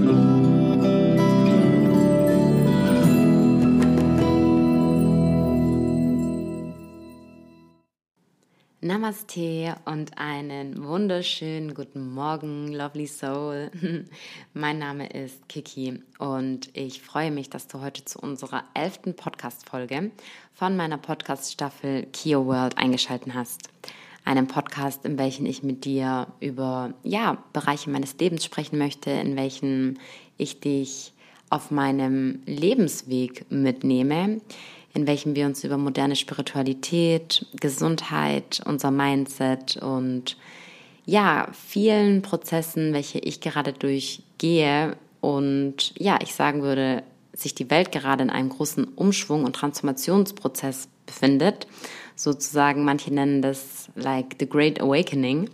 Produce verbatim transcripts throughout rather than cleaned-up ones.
Namaste und einen wunderschönen guten Morgen, Lovely Soul. Mein Name ist Kiki und ich freue mich, dass du heute zu unserer elften Podcast-Folge von meiner Podcast-Staffel Kio World eingeschaltet hast. Einem Podcast, in welchem ich mit dir über ja, Bereiche meines Lebens sprechen möchte, in welchen ich dich auf meinem Lebensweg mitnehme, in welchem wir uns über moderne Spiritualität, Gesundheit, unser Mindset und ja, vielen Prozessen, welche ich gerade durchgehe und ja, ich sagen würde, sich die Welt gerade in einem großen Umschwung und Transformationsprozess befindet. Sozusagen, manche nennen das like the Great Awakening.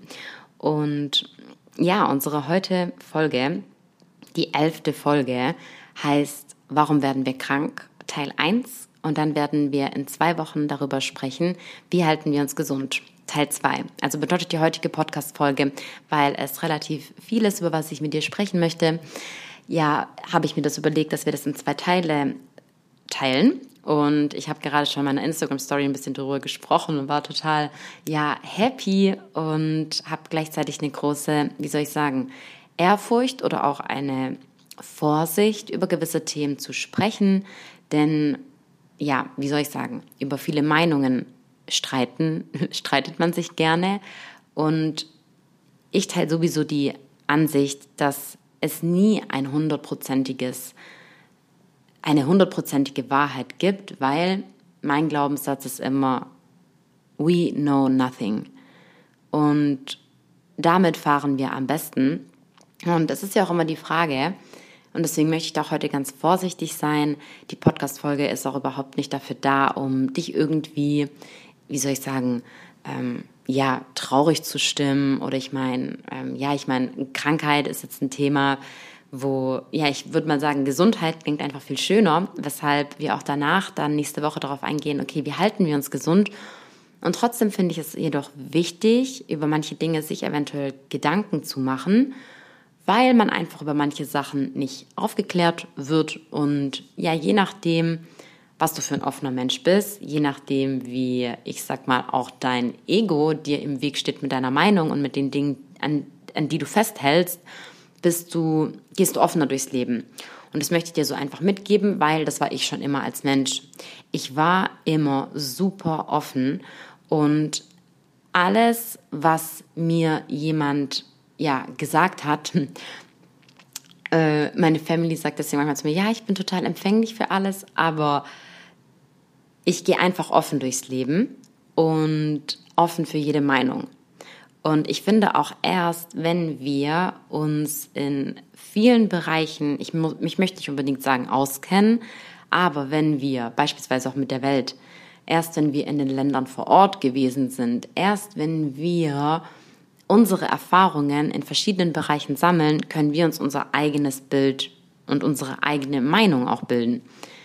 Und ja, unsere heutige Folge, die elfte Folge, heißt Warum werden wir krank? Teil eins. Und dann werden wir in zwei Wochen darüber sprechen, wie halten wir uns gesund. Teil zwei. Also bedeutet die heutige Podcast-Folge, weil es relativ viel ist, über was ich mit dir sprechen möchte. Ja, habe ich mir das überlegt, dass wir das in zwei Teile teilen. Und ich habe gerade schon in meiner Instagram-Story ein bisschen darüber gesprochen und war total, ja, happy und habe gleichzeitig eine große, wie soll ich sagen, Ehrfurcht oder auch eine Vorsicht, über gewisse Themen zu sprechen. Denn ja, wie soll ich sagen, über viele Meinungen streiten, streitet man sich gerne und ich teile sowieso die Ansicht, dass es nie ein hundertprozentiges, eine hundertprozentige Wahrheit gibt, weil mein Glaubenssatz ist immer, we know nothing und damit fahren wir am besten und es ist ja auch immer die Frage. Und deswegen möchte ich da auch heute ganz vorsichtig sein. Die Podcast-Folge ist auch überhaupt nicht dafür da, um dich irgendwie, wie soll ich sagen, ähm, ja, traurig zu stimmen. Oder ich meine, ähm, ja, ich meine, Krankheit ist jetzt ein Thema, wo, ja, ich würde mal sagen, Gesundheit klingt einfach viel schöner, weshalb wir auch danach dann nächste Woche darauf eingehen, okay, wie halten wir uns gesund? Und trotzdem finde ich es jedoch wichtig, über manche Dinge sich eventuell Gedanken zu machen, weil man einfach über manche Sachen nicht aufgeklärt wird und ja, je nachdem, was du für ein offener Mensch bist, je nachdem, wie, ich sag mal, auch dein Ego dir im Weg steht mit deiner Meinung und mit den Dingen, an, an die du festhältst, bist du, gehst du offener durchs Leben. Und das möchte ich dir so einfach mitgeben, weil das war ich schon immer als Mensch. Ich war immer super offen und alles, was mir jemand ja, gesagt hat, äh, meine Family sagt deswegen manchmal zu mir, ja, ich bin total empfänglich für alles, aber ich gehe einfach offen durchs Leben und offen für jede Meinung. Und ich finde auch erst, wenn wir uns in vielen Bereichen, ich, ich möchte nicht unbedingt sagen auskennen, aber wenn wir beispielsweise auch mit der Welt, erst wenn wir in den Ländern vor Ort gewesen sind, erst wenn wir unsere Erfahrungen in verschiedenen Bereichen sammeln, können wir uns unser eigenes Bild und unsere eigene Meinung auch bilden.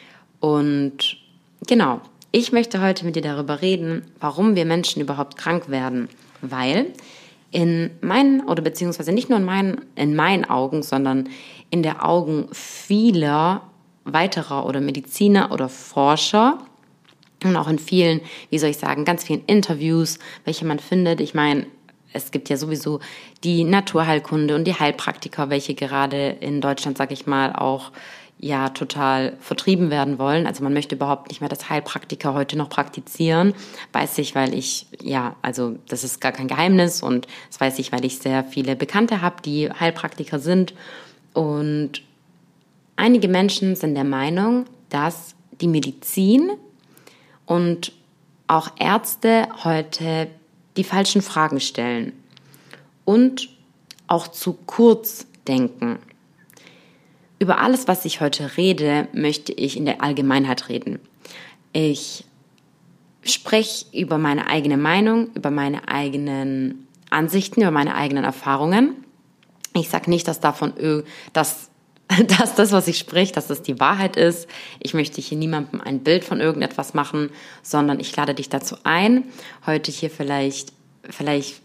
Und genau, ich möchte heute mit dir darüber reden, warum wir Menschen überhaupt krank werden. Weil in meinen, oder beziehungsweise nicht nur in meinen, in meinen Augen, sondern in der Augen vieler weiterer oder Mediziner oder Forscher und auch in vielen, wie soll ich sagen, ganz vielen Interviews, welche man findet. Ich meine, es gibt ja sowieso die Naturheilkunde und die Heilpraktiker, welche gerade in Deutschland, sage ich mal, auch ja total vertrieben werden wollen. Also man möchte überhaupt nicht mehr das Heilpraktiker heute noch praktizieren. Weiß ich, weil ich, ja, also das ist gar kein Geheimnis und das weiß ich, weil ich sehr viele Bekannte habe, die Heilpraktiker sind. Und einige Menschen sind der Meinung, dass die Medizin und auch Ärzte heute die falschen Fragen stellen und auch zu kurz denken. Über alles, was ich heute rede, möchte ich in der Allgemeinheit reden. Ich spreche über meine eigene Meinung, über meine eigenen Ansichten, über meine eigenen Erfahrungen. Ich sage nicht, dass davon, dass, dass das, was ich spreche, dass das die Wahrheit ist. Ich möchte hier niemandem ein Bild von irgendetwas machen, sondern ich lade dich dazu ein, heute hier vielleicht Vielleicht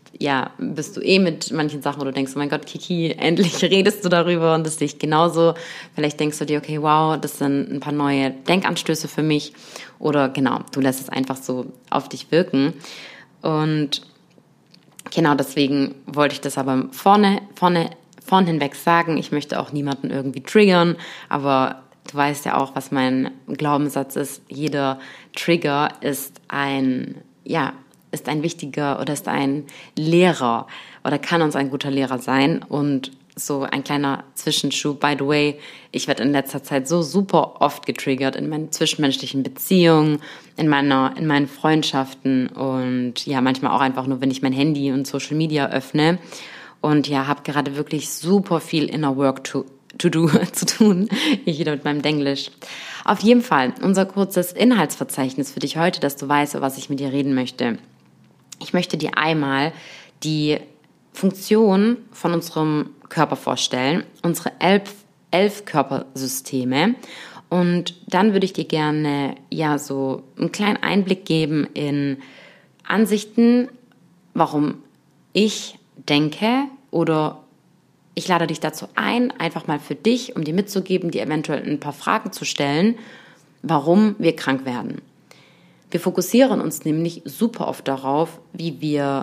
ja, bist du eh mit manchen Sachen, wo du denkst, oh mein Gott, Kiki, endlich redest du darüber und das sehe ich genauso. Vielleicht denkst du dir, okay, wow, das sind ein paar neue Denkanstöße für mich. Oder genau, du lässt es einfach so auf dich wirken. Und genau deswegen wollte ich das aber vorne, vorne, vorn hinweg sagen. Ich möchte auch niemanden irgendwie triggern, aber du weißt ja auch, was mein Glaubenssatz ist. Jeder Trigger ist ein, ja, ist ein wichtiger oder ist ein Lehrer oder kann uns ein guter Lehrer sein. Und so ein kleiner Zwischenschub, by the way, ich werde in letzter Zeit so super oft getriggert in meinen zwischenmenschlichen Beziehungen, in meiner, in meinen Freundschaften und ja, manchmal auch einfach nur, wenn ich mein Handy und Social Media öffne. Und ja, habe gerade wirklich super viel Inner Work to, to do, zu tun. Ich wieder mit meinem Denglisch. Auf jeden Fall, unser kurzes Inhaltsverzeichnis für dich heute, dass du weißt, über was ich mit dir reden möchte. Ich möchte dir einmal die Funktion von unserem Körper vorstellen, unsere elf, elf Körpersysteme. Und dann würde ich dir gerne ja so einen kleinen Einblick geben in Ansichten, warum ich denke, oder ich lade dich dazu ein, einfach mal für dich, um dir mitzugeben, dir eventuell ein paar Fragen zu stellen, warum wir krank werden. Wir fokussieren uns nämlich super oft darauf, wie wir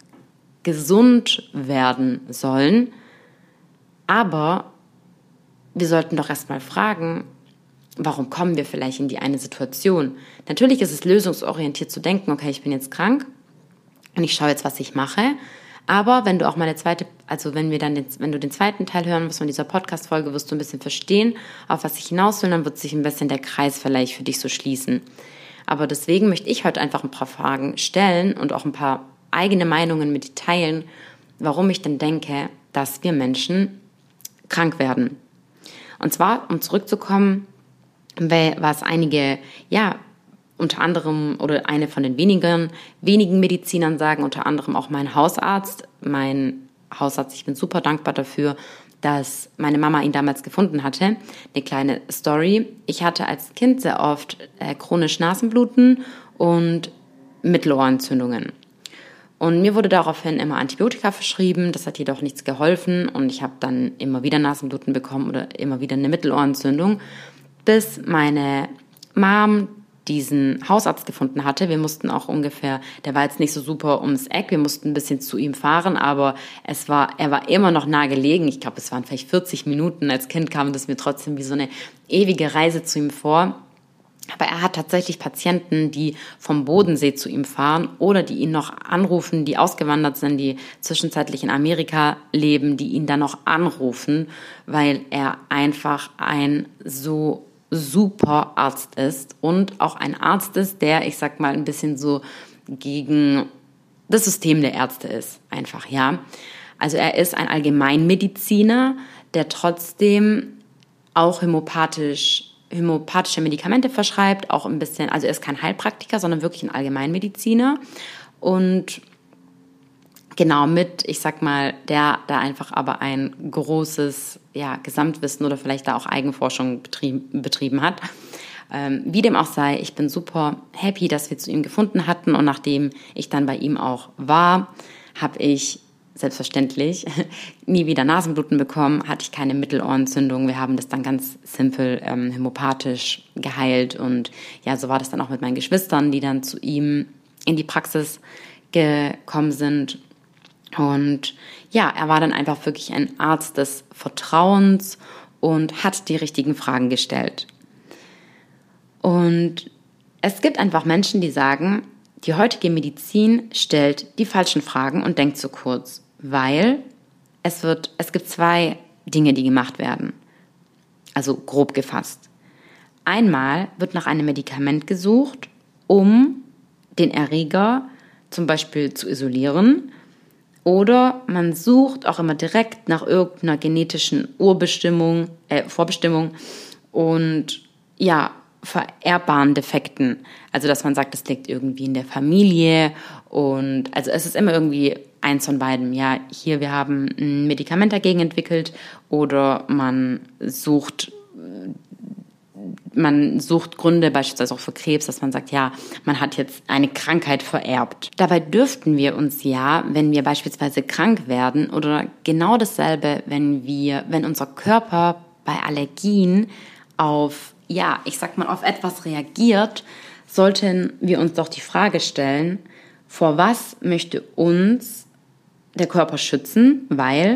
gesund werden sollen, aber wir sollten doch erstmal fragen, warum kommen wir vielleicht in die eine Situation? Natürlich ist es lösungsorientiert zu denken, okay, ich bin jetzt krank und ich schaue jetzt, was ich mache. Aber wenn du auch mal eine zweite, also wenn wir dann den, wenn du den zweiten Teil hören wirst von dieser Podcast-Folge, wirst du ein bisschen verstehen, auf was ich hinaus will, dann wird sich ein bisschen der Kreis vielleicht für dich so schließen. Aber deswegen möchte ich heute einfach ein paar Fragen stellen und auch ein paar eigene Meinungen mit dir teilen, warum ich denn denke, dass wir Menschen krank werden. Und zwar, um zurückzukommen, was einige, ja, unter anderem oder eine von den wenigen, wenigen Medizinern sagen, unter anderem auch mein Hausarzt. Mein Hausarzt, ich bin super dankbar dafür, dass meine Mama ihn damals gefunden hatte. Eine kleine Story. Ich hatte als Kind sehr oft äh, chronisch Nasenbluten und Mittelohrentzündungen. Und mir wurde daraufhin immer Antibiotika verschrieben, das hat jedoch nichts geholfen und ich habe dann immer wieder Nasenbluten bekommen oder immer wieder eine Mittelohrentzündung, bis meine Mom diesen Hausarzt gefunden hatte. Wir mussten auch ungefähr, der war jetzt nicht so super ums Eck, wir mussten ein bisschen zu ihm fahren, aber es war, er war immer noch nah gelegen. Ich glaube, es waren vielleicht vierzig Minuten. Als Kind kam das mir trotzdem wie so eine ewige Reise zu ihm vor. Aber er hat tatsächlich Patienten, die vom Bodensee zu ihm fahren oder die ihn noch anrufen, die ausgewandert sind, die zwischenzeitlich in Amerika leben, die ihn dann noch anrufen, weil er einfach ein so super Arzt ist und auch ein Arzt ist, der, ich sag mal, ein bisschen so gegen das System der Ärzte ist, einfach, ja. Also er ist ein Allgemeinmediziner, der trotzdem auch homöopathisch, homöopathische Medikamente verschreibt, auch ein bisschen, also er ist kein Heilpraktiker, sondern wirklich ein Allgemeinmediziner und genau mit, ich sag mal, der da einfach aber ein großes ja, Gesamtwissen oder vielleicht da auch Eigenforschung betrieben, betrieben hat. Ähm, wie dem auch sei, ich bin super happy, dass wir zu ihm gefunden hatten und nachdem ich dann bei ihm auch war, habe ich selbstverständlich nie wieder Nasenbluten bekommen, hatte ich keine Mittelohrentzündung. Wir haben das dann ganz simpel ähm, homöopathisch geheilt und ja, so war das dann auch mit meinen Geschwistern, die dann zu ihm in die Praxis gekommen sind. Und ja, er war dann einfach wirklich ein Arzt des Vertrauens und hat die richtigen Fragen gestellt. Und es gibt einfach Menschen, die sagen, die heutige Medizin stellt die falschen Fragen und denkt zu kurz, weil es wird, es gibt zwei Dinge, die gemacht werden. Also grob gefasst. Einmal wird nach einem Medikament gesucht, um den Erreger zum Beispiel zu isolieren. Oder man sucht auch immer direkt nach irgendeiner genetischen Urbestimmung, äh, Vorbestimmung und ja, vererbbaren Defekten. Also dass man sagt, das liegt irgendwie in der Familie und also es ist immer irgendwie eins von beiden. Ja, hier, wir haben ein Medikament dagegen entwickelt oder man sucht man sucht Gründe, beispielsweise auch für Krebs, dass man sagt, ja, man hat jetzt eine Krankheit vererbt. Dabei dürften wir uns ja, wenn wir beispielsweise krank werden oder genau dasselbe, wenn wir, wenn unser Körper bei Allergien auf, ja, ich sag mal, auf etwas reagiert, sollten wir uns doch die Frage stellen, vor was möchte uns der Körper schützen, weil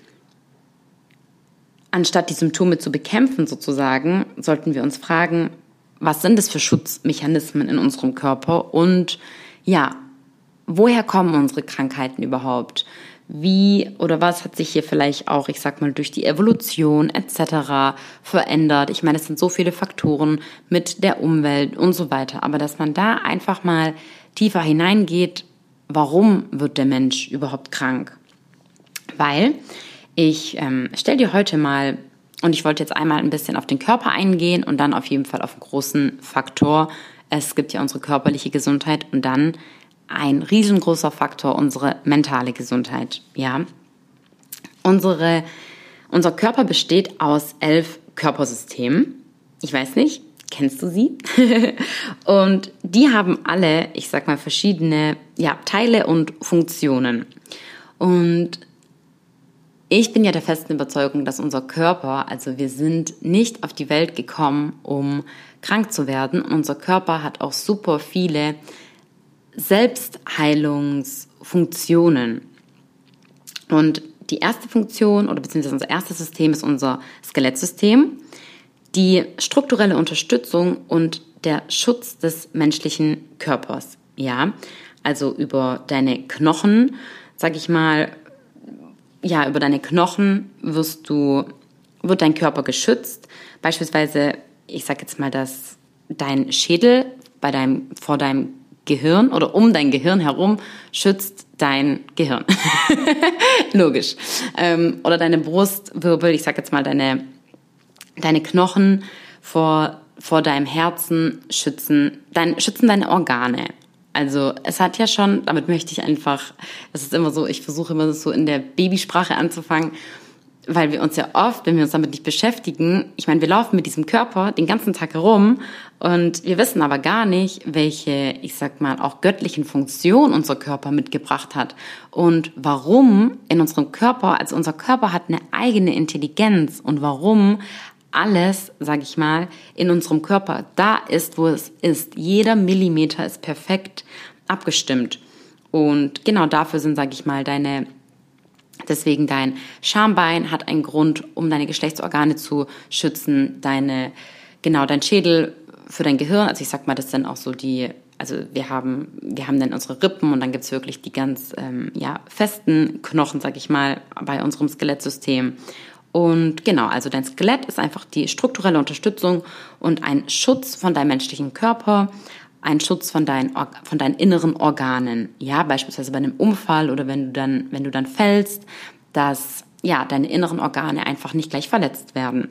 anstatt die Symptome zu bekämpfen sozusagen, sollten wir uns fragen, was sind es für Schutzmechanismen in unserem Körper und ja, woher kommen unsere Krankheiten überhaupt? Wie oder was hat sich hier vielleicht auch, ich sag mal, durch die Evolution et cetera verändert? Ich meine, es sind so viele Faktoren mit der Umwelt und so weiter, aber dass man da einfach mal tiefer hineingeht, warum wird der Mensch überhaupt krank? Weil ich ähm, stelle dir heute mal, und ich wollte jetzt einmal ein bisschen auf den Körper eingehen und dann auf jeden Fall auf einen großen Faktor. Es gibt ja unsere körperliche Gesundheit und dann ein riesengroßer Faktor, unsere mentale Gesundheit. Ja, unsere, unser Körper besteht aus elf Körpersystemen. Ich weiß nicht, kennst du sie? Und die haben alle, ich sag mal, verschiedene ja, Teile und Funktionen. Und ich bin ja der festen Überzeugung, dass unser Körper, also wir sind nicht auf die Welt gekommen, um krank zu werden. Unser Körper hat auch super viele Selbstheilungsfunktionen. Und die erste Funktion oder beziehungsweise unser erstes System ist unser Skelettsystem, die strukturelle Unterstützung und der Schutz des menschlichen Körpers. Ja, also über deine Knochen, sag ich mal, ja, über deine Knochen wirst du, wird dein Körper geschützt. Beispielsweise, ich sag jetzt mal, dass dein Schädel bei deinem, vor deinem Gehirn oder um dein Gehirn herum schützt dein Gehirn. Logisch. Ähm, oder deine Brustwirbel, ich sag jetzt mal, deine, deine Knochen vor, vor deinem Herzen schützen, dein, schützen deine Organe. Also es hat ja schon, damit möchte ich einfach, es ist immer so, ich versuche immer so in der Babysprache anzufangen, weil wir uns ja oft, wenn wir uns damit nicht beschäftigen, ich meine, wir laufen mit diesem Körper den ganzen Tag herum und wir wissen aber gar nicht, welche, ich sag mal, auch göttlichen Funktionen unser Körper mitgebracht hat und warum in unserem Körper, also unser Körper hat eine eigene Intelligenz und warum alles, sage ich mal, in unserem Körper da ist, wo es ist. Jeder Millimeter ist perfekt abgestimmt. Und genau dafür sind, sage ich mal, deine, deswegen dein Schambein hat einen Grund, um deine Geschlechtsorgane zu schützen. Deine, genau, dein Schädel für dein Gehirn. Also ich sag mal, das sind auch so die, also wir haben, wir haben dann unsere Rippen und dann gibt's wirklich die ganz, ähm, ja, festen Knochen, sage ich mal, bei unserem Skelettsystem. Und genau, also dein Skelett ist einfach die strukturelle Unterstützung und ein Schutz von deinem menschlichen Körper, ein Schutz von deinen, von deinen inneren Organen. Ja, beispielsweise bei einem Unfall oder wenn du dann, wenn du dann fällst, dass, ja, deine inneren Organe einfach nicht gleich verletzt werden.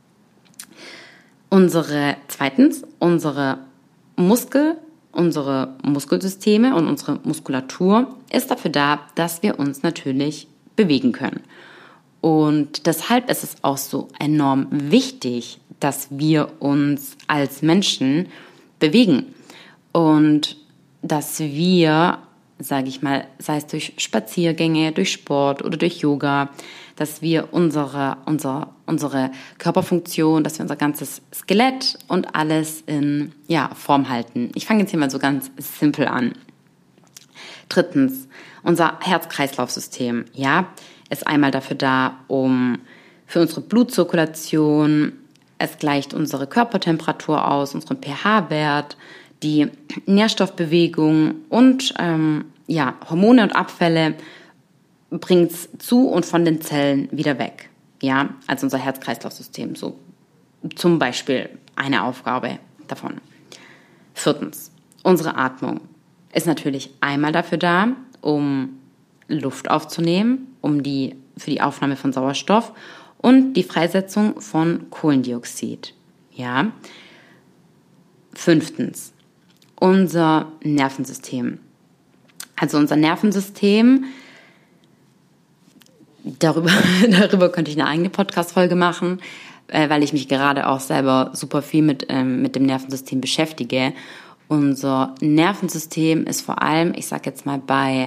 Unsere, zweitens, unsere Muskel, unsere Muskelsysteme und unsere Muskulatur ist dafür da, dass wir uns natürlich bewegen können. Und deshalb ist es auch so enorm wichtig, dass wir uns als Menschen bewegen und dass wir, sage ich mal, sei es durch Spaziergänge, durch Sport oder durch Yoga, dass wir unsere, unsere, unsere Körperfunktion, dass wir unser ganzes Skelett und alles in ja, Form halten. Ich fange jetzt hier mal so ganz simpel an. Drittens, unser Herz-Kreislauf-System, ja, ist einmal dafür da, um für unsere Blutzirkulation, es gleicht unsere Körpertemperatur aus, unseren pH-Wert, die Nährstoffbewegung und ähm, ja, Hormone und Abfälle bringt es zu und von den Zellen wieder weg. Ja, also unser Herz-Kreislauf-System, so zum Beispiel eine Aufgabe davon. Viertens, unsere Atmung ist natürlich einmal dafür da, um Luft aufzunehmen, um die, für die Aufnahme von Sauerstoff und die Freisetzung von Kohlendioxid. Ja. Fünftens, unser Nervensystem. Also unser Nervensystem, darüber, darüber könnte ich eine eigene Podcast-Folge machen, äh, weil ich mich gerade auch selber super viel mit, ähm, mit dem Nervensystem beschäftige. Unser Nervensystem ist vor allem, ich sage jetzt mal bei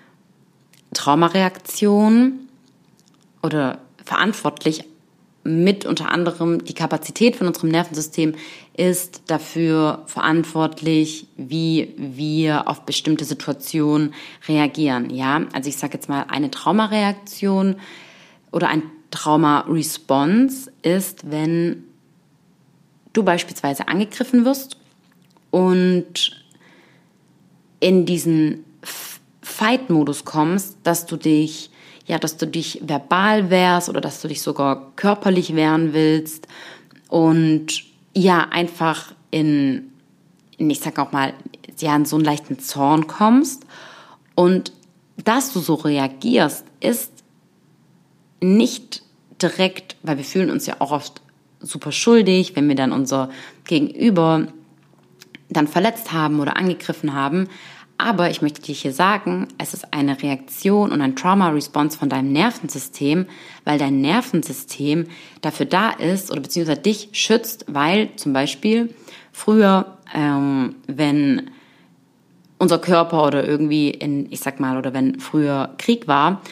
Traumareaktionen oder verantwortlich mit unter anderem die Kapazität von unserem Nervensystem ist dafür verantwortlich, wie wir auf bestimmte Situationen reagieren. Ja, also ich sage jetzt mal, eine Traumareaktion oder ein Trauma-Response ist, wenn du beispielsweise angegriffen wirst und in diesen Fight-Modus kommst, dass du dich ja, dass du dich verbal wehrst oder dass du dich sogar körperlich wehren willst und ja, einfach in, in ich sag auch mal, ja, in so einen leichten Zorn kommst und dass du so reagierst, ist nicht direkt, weil wir fühlen uns ja auch oft super schuldig, wenn wir dann unser Gegenüber dann verletzt haben oder angegriffen haben. Aber ich möchte dir hier sagen, es ist eine Reaktion und ein Trauma-Response von deinem Nervensystem, weil dein Nervensystem dafür da ist oder beziehungsweise dich schützt, weil zum Beispiel früher, ähm, wenn unser Körper oder irgendwie in, ich sag mal, oder wenn früher Krieg war,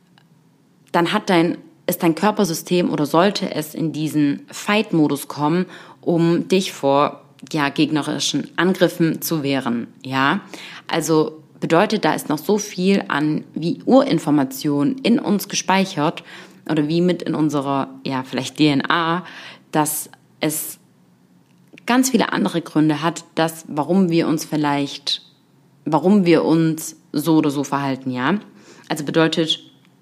dann hat dein, ist dein Körpersystem oder sollte es in diesen Fight-Modus kommen, um dich vor ja, gegnerischen Angriffen zu wehren, ja. Also bedeutet, da ist noch so viel an wie Urinformation in uns gespeichert oder wie mit in unserer, ja, vielleicht D N A, dass es ganz viele andere Gründe hat, dass, warum wir uns vielleicht, warum wir uns so oder so verhalten, ja. Also bedeutet,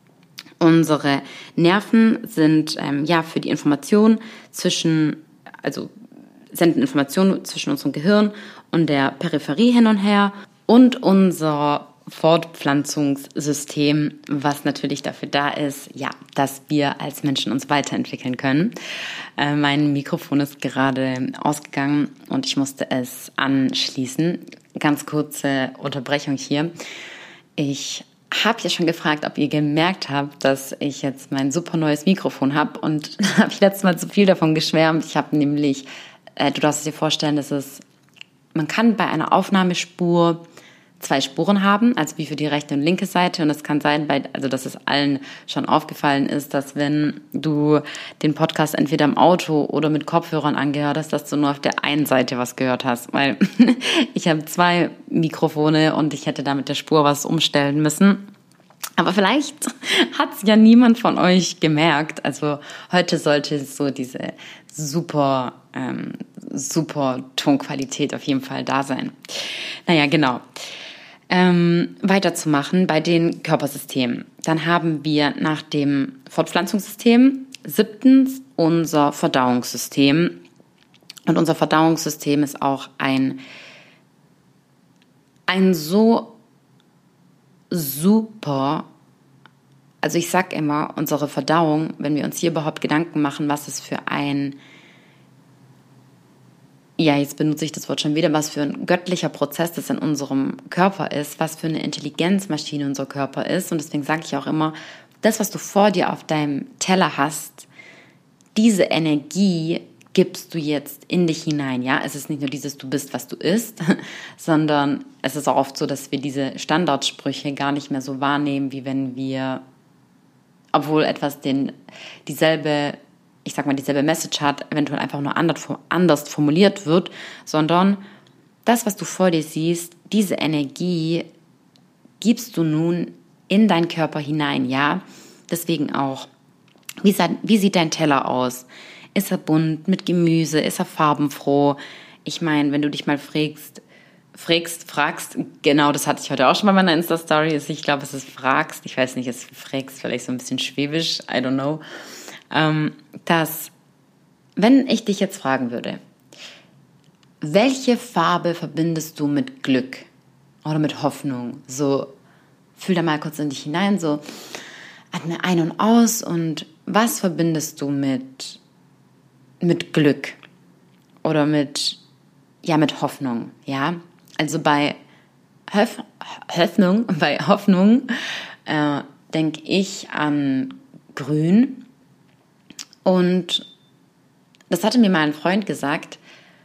unsere Nerven sind, ähm, ja, für die Information zwischen, also senden Informationen zwischen unserem Gehirn und der Peripherie hin und her und unser Fortpflanzungssystem, was natürlich dafür da ist, ja, dass wir als Menschen uns weiterentwickeln können. Äh, mein Mikrofon ist gerade ausgegangen und ich musste es anschließen. Ganz kurze Unterbrechung hier. Ich habe ja schon gefragt, ob ihr gemerkt habt, dass ich jetzt mein super neues Mikrofon habe und habe ich letztes Mal zu viel davon geschwärmt. Ich habe nämlich Du darfst es dir vorstellen, dass es, man kann bei einer Aufnahmespur zwei Spuren haben, also wie für die rechte und linke Seite. Und es kann sein, bei, also dass es allen schon aufgefallen ist, dass wenn du den Podcast entweder im Auto oder mit Kopfhörern angehört hast, dass du nur auf der einen Seite was gehört hast. Weil ich habe zwei Mikrofone und ich hätte da mit der Spur was umstellen müssen. Aber vielleicht hat es ja niemand von euch gemerkt. Also heute sollte so diese super, ähm, super Tonqualität auf jeden Fall da sein. Naja, genau. Ähm, weiterzumachen bei den Körpersystemen. Dann haben wir nach dem Fortpflanzungssystem siebtens unser Verdauungssystem. Und unser Verdauungssystem ist auch ein, ein so super, also ich sag immer, unsere Verdauung, wenn wir uns hier überhaupt Gedanken machen, was es für ein, ja, jetzt benutze ich das Wort schon wieder, was für ein göttlicher Prozess das in unserem Körper ist, was für eine Intelligenzmaschine unser Körper ist. Und deswegen sage ich auch immer, das, was du vor dir auf deinem Teller hast, diese Energie gibst du jetzt in dich hinein, ja. Es ist nicht nur dieses, du bist, was du isst, sondern es ist auch oft so, dass wir diese Standardsprüche gar nicht mehr so wahrnehmen, wie wenn wir, obwohl etwas den, dieselbe, ich sag mal, dieselbe Message hat, eventuell einfach nur anders formuliert wird, sondern das, was du vor dir siehst, diese Energie gibst du nun in deinen Körper hinein, ja. Deswegen auch, wie, wie sieht dein Teller aus? Ist er bunt mit Gemüse? Ist er farbenfroh? Ich meine, wenn du dich mal fragst, fragst, fragst, genau, das hatte ich heute auch schon bei meiner Insta-Story. Ich glaube, es ist fragst, ich weiß nicht, es ist fragst, vielleicht so ein bisschen schwäbisch, I don't know. Ähm, dass, wenn ich dich jetzt fragen würde, welche Farbe verbindest du mit Glück oder mit Hoffnung? So, fühl da mal kurz in dich hinein, so atme ein und aus und was verbindest du mit mit Glück oder mit, ja, mit Hoffnung, ja. Also bei Hof, Hoffnung, bei Hoffnung äh, denke ich an Grün und das hatte mir mal ein Freund gesagt,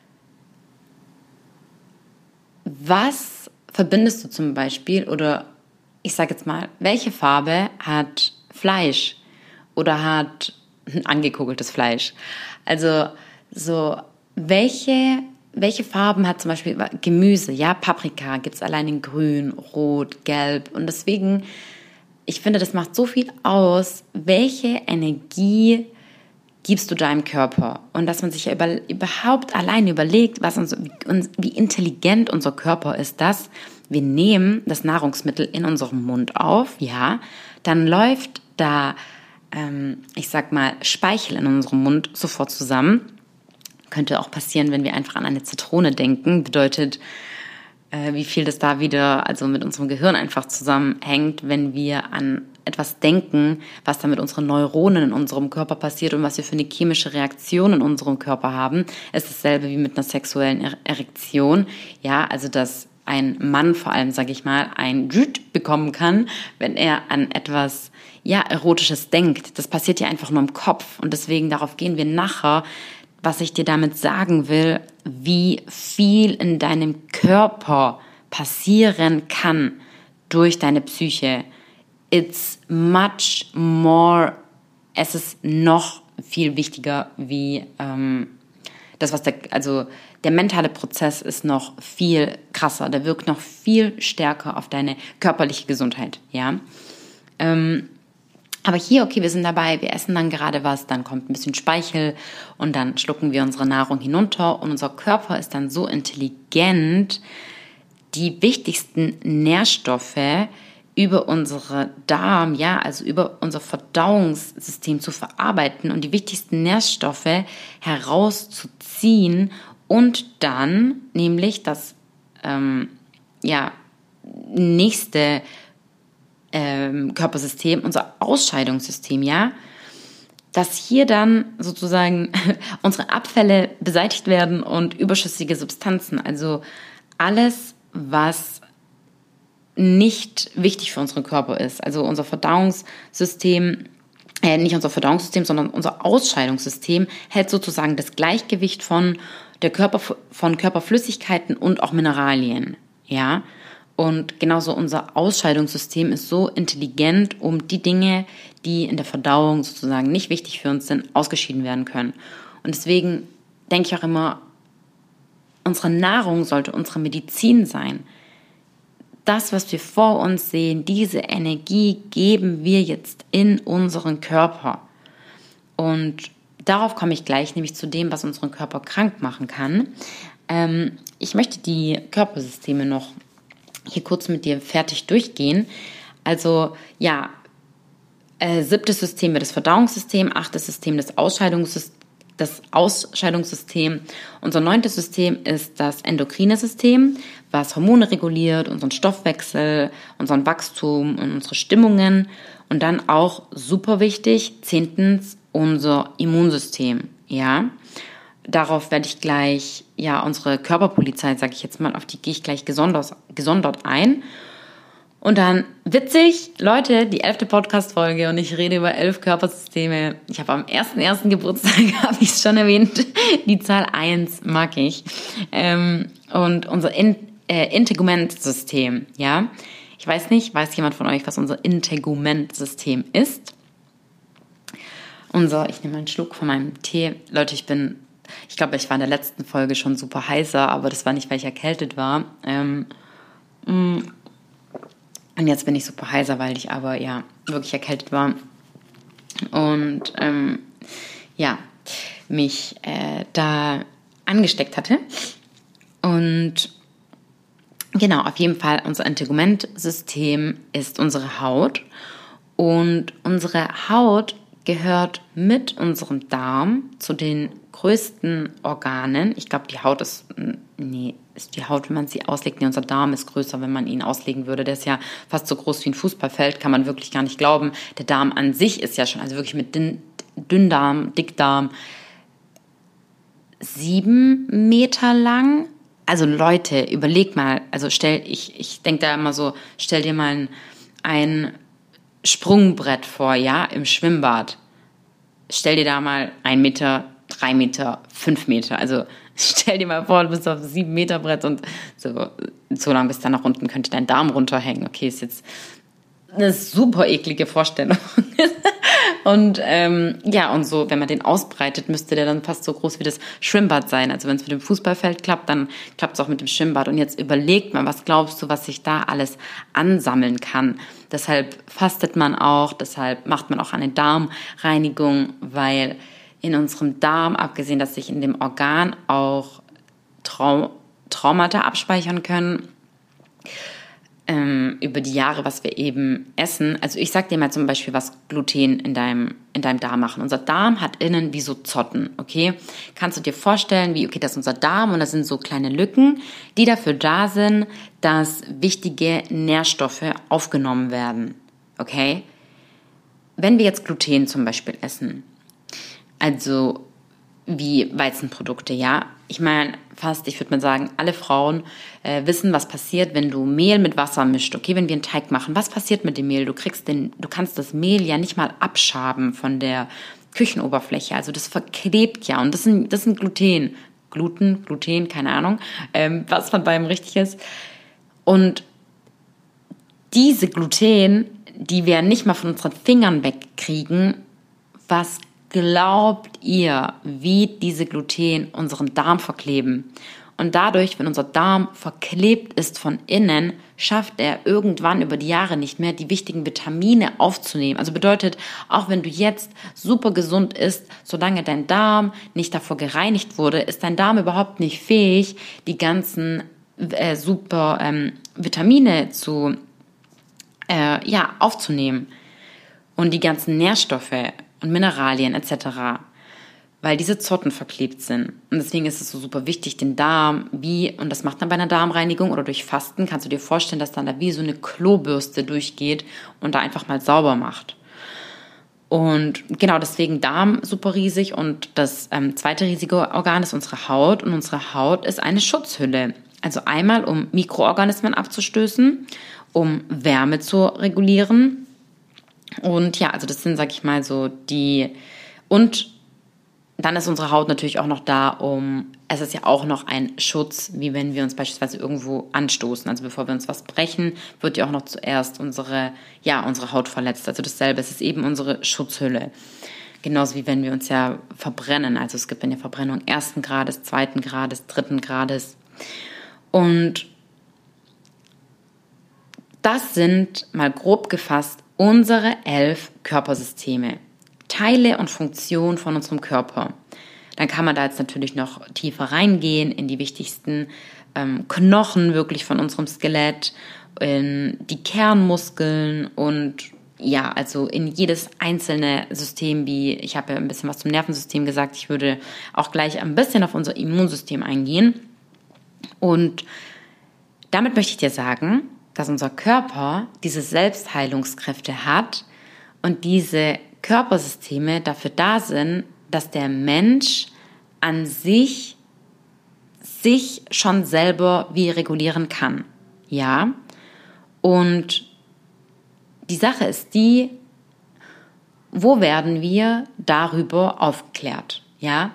was verbindest du zum Beispiel, oder ich sage jetzt mal, welche Farbe hat Fleisch oder hat angekugeltes Fleisch? Also so, welche, welche Farben hat zum Beispiel Gemüse? Ja, Paprika gibt es allein in grün, rot, gelb. Und deswegen, ich finde, das macht so viel aus, welche Energie gibst du deinem Körper. Und dass man sich ja über, überhaupt allein überlegt, was uns, wie, wie intelligent unser Körper ist, dass wir nehmen das Nahrungsmittel in unserem Mund auf, ja, dann läuft da, ähm, ich sag mal, Speichel in unserem Mund sofort zusammen. Könnte auch passieren, wenn wir einfach an eine Zitrone denken, bedeutet, äh, wie viel das da wieder, also mit unserem Gehirn einfach zusammenhängt, wenn wir an etwas denken, was da mit unseren Neuronen in unserem Körper passiert und was wir für eine chemische Reaktion in unserem Körper haben. Es ist dasselbe wie mit einer sexuellen er- Erektion. Ja, also dass ein Mann vor allem, sage ich mal, ein Jüt bekommen kann, wenn er an etwas, ja, Erotisches denkt. Das passiert ja einfach nur im Kopf. Und deswegen, darauf gehen wir nachher, was ich dir damit sagen will, wie viel in deinem Körper passieren kann durch deine Psyche. It's much more, es ist noch viel wichtiger wie ähm, das, was der, also der mentale Prozess ist noch viel krasser, der wirkt noch viel stärker auf deine körperliche Gesundheit, ja. Ähm, aber hier, okay, wir sind dabei, wir essen dann gerade was, dann kommt ein bisschen Speichel und dann schlucken wir unsere Nahrung hinunter und unser Körper ist dann so intelligent, die wichtigsten Nährstoffe über unsere Darm, ja, also über unser Verdauungssystem zu verarbeiten und die wichtigsten Nährstoffe herauszuziehen und dann nämlich das ähm, ja, nächste ähm, Körpersystem, unser Ausscheidungssystem, ja, dass hier dann sozusagen unsere Abfälle beseitigt werden und überschüssige Substanzen, also alles, was nicht wichtig für unseren Körper ist. Also unser Verdauungssystem, äh, nicht unser Verdauungssystem, sondern unser Ausscheidungssystem hält sozusagen das Gleichgewicht von der Körper, von Körperflüssigkeiten und auch Mineralien. Ja? Und genauso unser Ausscheidungssystem ist so intelligent, um die Dinge, die in der Verdauung sozusagen nicht wichtig für uns sind, ausgeschieden werden können. Und deswegen denke ich auch immer, unsere Nahrung sollte unsere Medizin sein. Das, was wir vor uns sehen, diese Energie geben wir jetzt in unseren Körper. Und darauf komme ich gleich, nämlich zu dem, was unseren Körper krank machen kann. Ähm, ich möchte die Körpersysteme noch hier kurz mit dir fertig durchgehen. Also ja, äh, siebtes System wird das Verdauungssystem, achtes System das Ausscheidungssystem, das Ausscheidungssystem. Unser neuntes System ist das endokrine System, was Hormone reguliert, unseren Stoffwechsel, unseren Wachstum und unsere Stimmungen. Und dann auch super wichtig, zehntens, unser Immunsystem. Ja, darauf werde ich gleich, ja, unsere Körperpolizei, sage ich jetzt mal, auf die gehe ich gleich gesondert, gesondert ein. Und dann, witzig, Leute, die elfte Podcast-Folge und ich rede über elf Körpersysteme. Ich habe am ersten ersten Geburtstag, habe ich es schon erwähnt, die Zahl eins mag ich. Ähm, und unser In- äh, Integumentsystem, ja. Ich weiß nicht, weiß jemand von euch, was unser Integumentsystem ist? Unser, ich nehme einen Schluck von meinem Tee. Leute, ich bin, ich glaube, ich war in der letzten Folge schon super heiser, aber das war nicht, weil ich erkältet war. Ähm, mh, Und jetzt bin ich super heiser, weil ich aber ja wirklich erkältet war und ähm, ja, mich äh, da angesteckt hatte. Und genau, auf jeden Fall, unser Integumentsystem ist unsere Haut. Und unsere Haut gehört mit unserem Darm zu den größten Organen. Ich glaube, die Haut ist, nee, ist die Haut, wenn man sie auslegt, nee, unser Darm ist größer, wenn man ihn auslegen würde. Der ist ja fast so groß wie ein Fußballfeld, kann man wirklich gar nicht glauben. Der Darm an sich ist ja schon, also wirklich mit Dünn, Dünndarm, Dickdarm, sieben Meter lang. Also Leute, überleg mal, also stell, ich, ich denke da immer so, stell dir mal ein, ein Sprungbrett vor, ja, im Schwimmbad. Stell dir da mal ein Meter drei Meter, fünf Meter. Also stell dir mal vor, du bist auf einem sieben Meter Brett und so, so lang bis dann nach unten könnte dein Darm runterhängen. Okay, ist jetzt eine super eklige Vorstellung. Und ähm, ja, und so, wenn man den ausbreitet, müsste der dann fast so groß wie das Schwimmbad sein. Also wenn es mit dem Fußballfeld klappt, dann klappt es auch mit dem Schwimmbad. Und jetzt überlegt man, was glaubst du, was sich da alles ansammeln kann. Deshalb fastet man auch, deshalb macht man auch eine Darmreinigung, weil in unserem Darm, abgesehen, dass sich in dem Organ auch Trau- Traumata abspeichern können, über die Jahre, was wir eben essen. Also ich sag dir mal zum Beispiel, was Gluten in deinem, in deinem Darm machen. Unser Darm hat innen wie so Zotten, okay? Kannst du dir vorstellen, wie, okay, das ist unser Darm und das sind so kleine Lücken, die dafür da sind, dass wichtige Nährstoffe aufgenommen werden, okay? Wenn wir jetzt Gluten zum Beispiel essen, also wie Weizenprodukte, ja. Ich meine, fast, ich würde mal sagen, alle Frauen äh, wissen, was passiert, wenn du Mehl mit Wasser mischt. Okay, wenn wir einen Teig machen, was passiert mit dem Mehl? Du kriegst den, du kannst das Mehl ja nicht mal abschaben von der Küchenoberfläche. Also das verklebt ja und das sind, das sind Gluten. Gluten, Gluten, keine Ahnung, ähm, was von beidem richtig ist. Und diese Gluten, die wir nicht mal von unseren Fingern wegkriegen, was glaubt ihr, wie diese Gluten unseren Darm verkleben? Und dadurch, wenn unser Darm verklebt ist von innen, schafft er irgendwann über die Jahre nicht mehr, die wichtigen Vitamine aufzunehmen. Also bedeutet, auch wenn du jetzt super gesund isst, solange dein Darm nicht davor gereinigt wurde, ist dein Darm überhaupt nicht fähig, die ganzen äh, super ähm, Vitamine zu, äh, ja, aufzunehmen und die ganzen Nährstoffe und Mineralien et cetera, weil diese Zotten verklebt sind. Und deswegen ist es so super wichtig, den Darm, wie, und das macht man bei einer Darmreinigung oder durch Fasten, kannst du dir vorstellen, dass dann da wie so eine Klobürste durchgeht und da einfach mal sauber macht. Und genau deswegen Darm super riesig und das ähm, zweite riesige Organ ist unsere Haut und unsere Haut ist eine Schutzhülle. Also einmal, um Mikroorganismen abzustößen, um Wärme zu regulieren. Und ja, also das sind, sag ich mal, so die, und dann ist unsere Haut natürlich auch noch da, um, es ist ja auch noch ein Schutz, wie wenn wir uns beispielsweise irgendwo anstoßen. Also bevor wir uns was brechen, wird ja auch noch zuerst unsere, ja, unsere Haut verletzt. Also dasselbe, es ist eben unsere Schutzhülle. Genauso wie wenn wir uns ja verbrennen. Also es gibt eine Verbrennung ersten Grades, zweiten Grades, dritten Grades. Und das sind mal grob gefasst unsere elf Körpersysteme, Teile und Funktionen von unserem Körper. Dann kann man da jetzt natürlich noch tiefer reingehen in die wichtigsten ähm, Knochen wirklich von unserem Skelett, in die Kernmuskeln und ja, also in jedes einzelne System, wie ich habe ja ein bisschen was zum Nervensystem gesagt, ich würde auch gleich ein bisschen auf unser Immunsystem eingehen. Und damit möchte ich dir sagen, dass unser Körper diese Selbstheilungskräfte hat und diese Körpersysteme dafür da sind, dass der Mensch an sich sich schon selber wie regulieren kann. Ja? Und die Sache ist die, wo werden wir darüber aufgeklärt? Ja?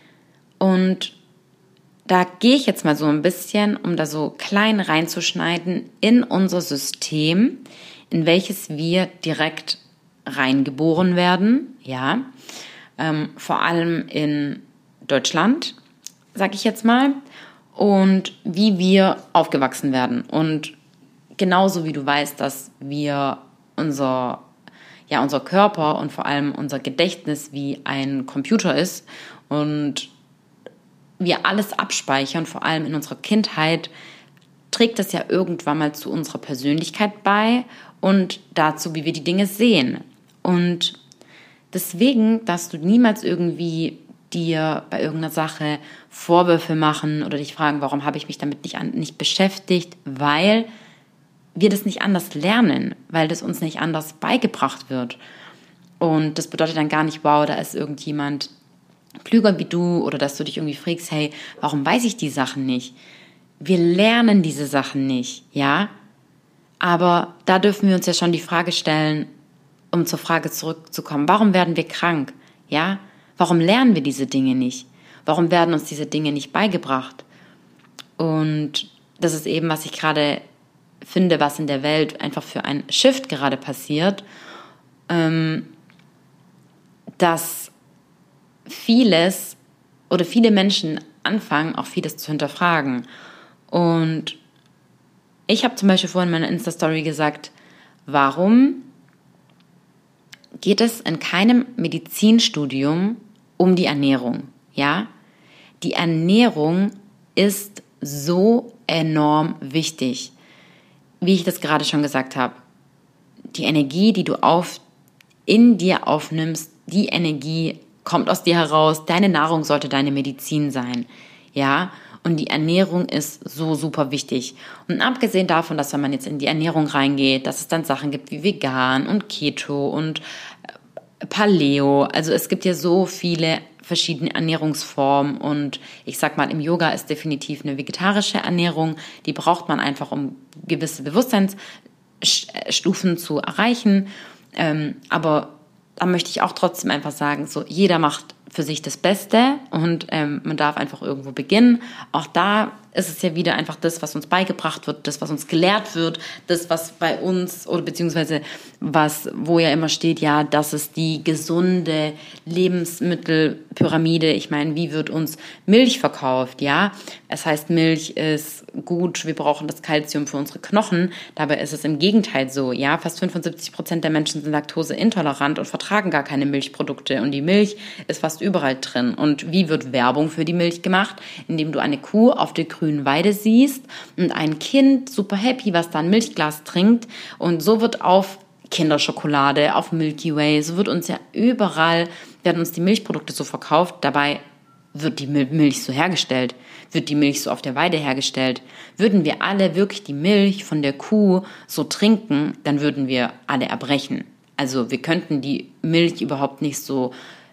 Und da gehe ich jetzt mal so ein bisschen, um da so klein reinzuschneiden, in unser System, in welches wir direkt reingeboren werden, ja, ähm, vor allem in Deutschland, sage ich jetzt mal, und wie wir aufgewachsen werden. Und genauso wie du weißt, dass wir unser, ja, unser Körper und vor allem unser Gedächtnis wie ein Computer ist und wir alles abspeichern, vor allem in unserer Kindheit, trägt das ja irgendwann mal zu unserer Persönlichkeit bei und dazu, wie wir die Dinge sehen. Und deswegen darfst du niemals irgendwie dir bei irgendeiner Sache Vorwürfe machen oder dich fragen, warum habe ich mich damit nicht, an, nicht beschäftigt, weil wir das nicht anders lernen, weil das uns nicht anders beigebracht wird. Und das bedeutet dann gar nicht, wow, da ist irgendjemand klüger wie du oder dass du dich irgendwie fragst, hey, warum weiß ich die Sachen nicht? Wir lernen diese Sachen nicht, ja? Aber da dürfen wir uns ja schon die Frage stellen, um zur Frage zurückzukommen, warum werden wir krank? Ja? Warum lernen wir diese Dinge nicht? Warum werden uns diese Dinge nicht beigebracht? Und das ist eben, was ich gerade finde, was in der Welt einfach für ein Shift gerade passiert, ähm, dass vieles oder viele Menschen anfangen, auch vieles zu hinterfragen. Und ich habe zum Beispiel vorhin in meiner Insta-Story gesagt, warum geht es in keinem Medizinstudium um die Ernährung? Ja, die Ernährung ist so enorm wichtig. Wie ich das gerade schon gesagt habe, die Energie, die du auf, in dir aufnimmst, die Energie kommt aus dir heraus. Deine Nahrung sollte deine Medizin sein. Ja, und die Ernährung ist so super wichtig. Und abgesehen davon, dass wenn man jetzt in die Ernährung reingeht, dass es dann Sachen gibt wie Vegan und Keto und Paleo. Also es gibt ja so viele verschiedene Ernährungsformen und ich sag mal, im Yoga ist definitiv eine vegetarische Ernährung. Die braucht man einfach, um gewisse Bewusstseinsstufen zu erreichen. Ähm, aber da möchte ich auch trotzdem einfach sagen, so jeder macht für sich das Beste und ähm, man darf einfach irgendwo beginnen. Auch da ist es ja wieder einfach das, was uns beigebracht wird, das, was uns gelehrt wird, das, was bei uns oder beziehungsweise was, wo ja immer steht, ja, das ist die gesunde Lebensmittelpyramide. Ich meine, wie wird uns Milch verkauft, ja? Es heißt, Milch ist gut, wir brauchen das Kalzium für unsere Knochen. Dabei ist es im Gegenteil so, ja? Fast fünfundsiebzig Prozent der Menschen sind laktoseintolerant und vertragen gar keine Milchprodukte und die Milch ist fast überall drin. Und wie wird Werbung für die Milch gemacht? Indem du eine Kuh auf der grünen Weide siehst und ein Kind super happy, was da ein Milchglas trinkt und so wird auf Kinderschokolade, auf Milky Way, so wird uns ja überall, werden uns die Milchprodukte so verkauft, dabei wird die Milch so hergestellt, wird die Milch so auf der Weide hergestellt. Würden wir alle wirklich die Milch von der Kuh so trinken, dann würden wir alle erbrechen. Also wir könnten die Milch überhaupt nicht so,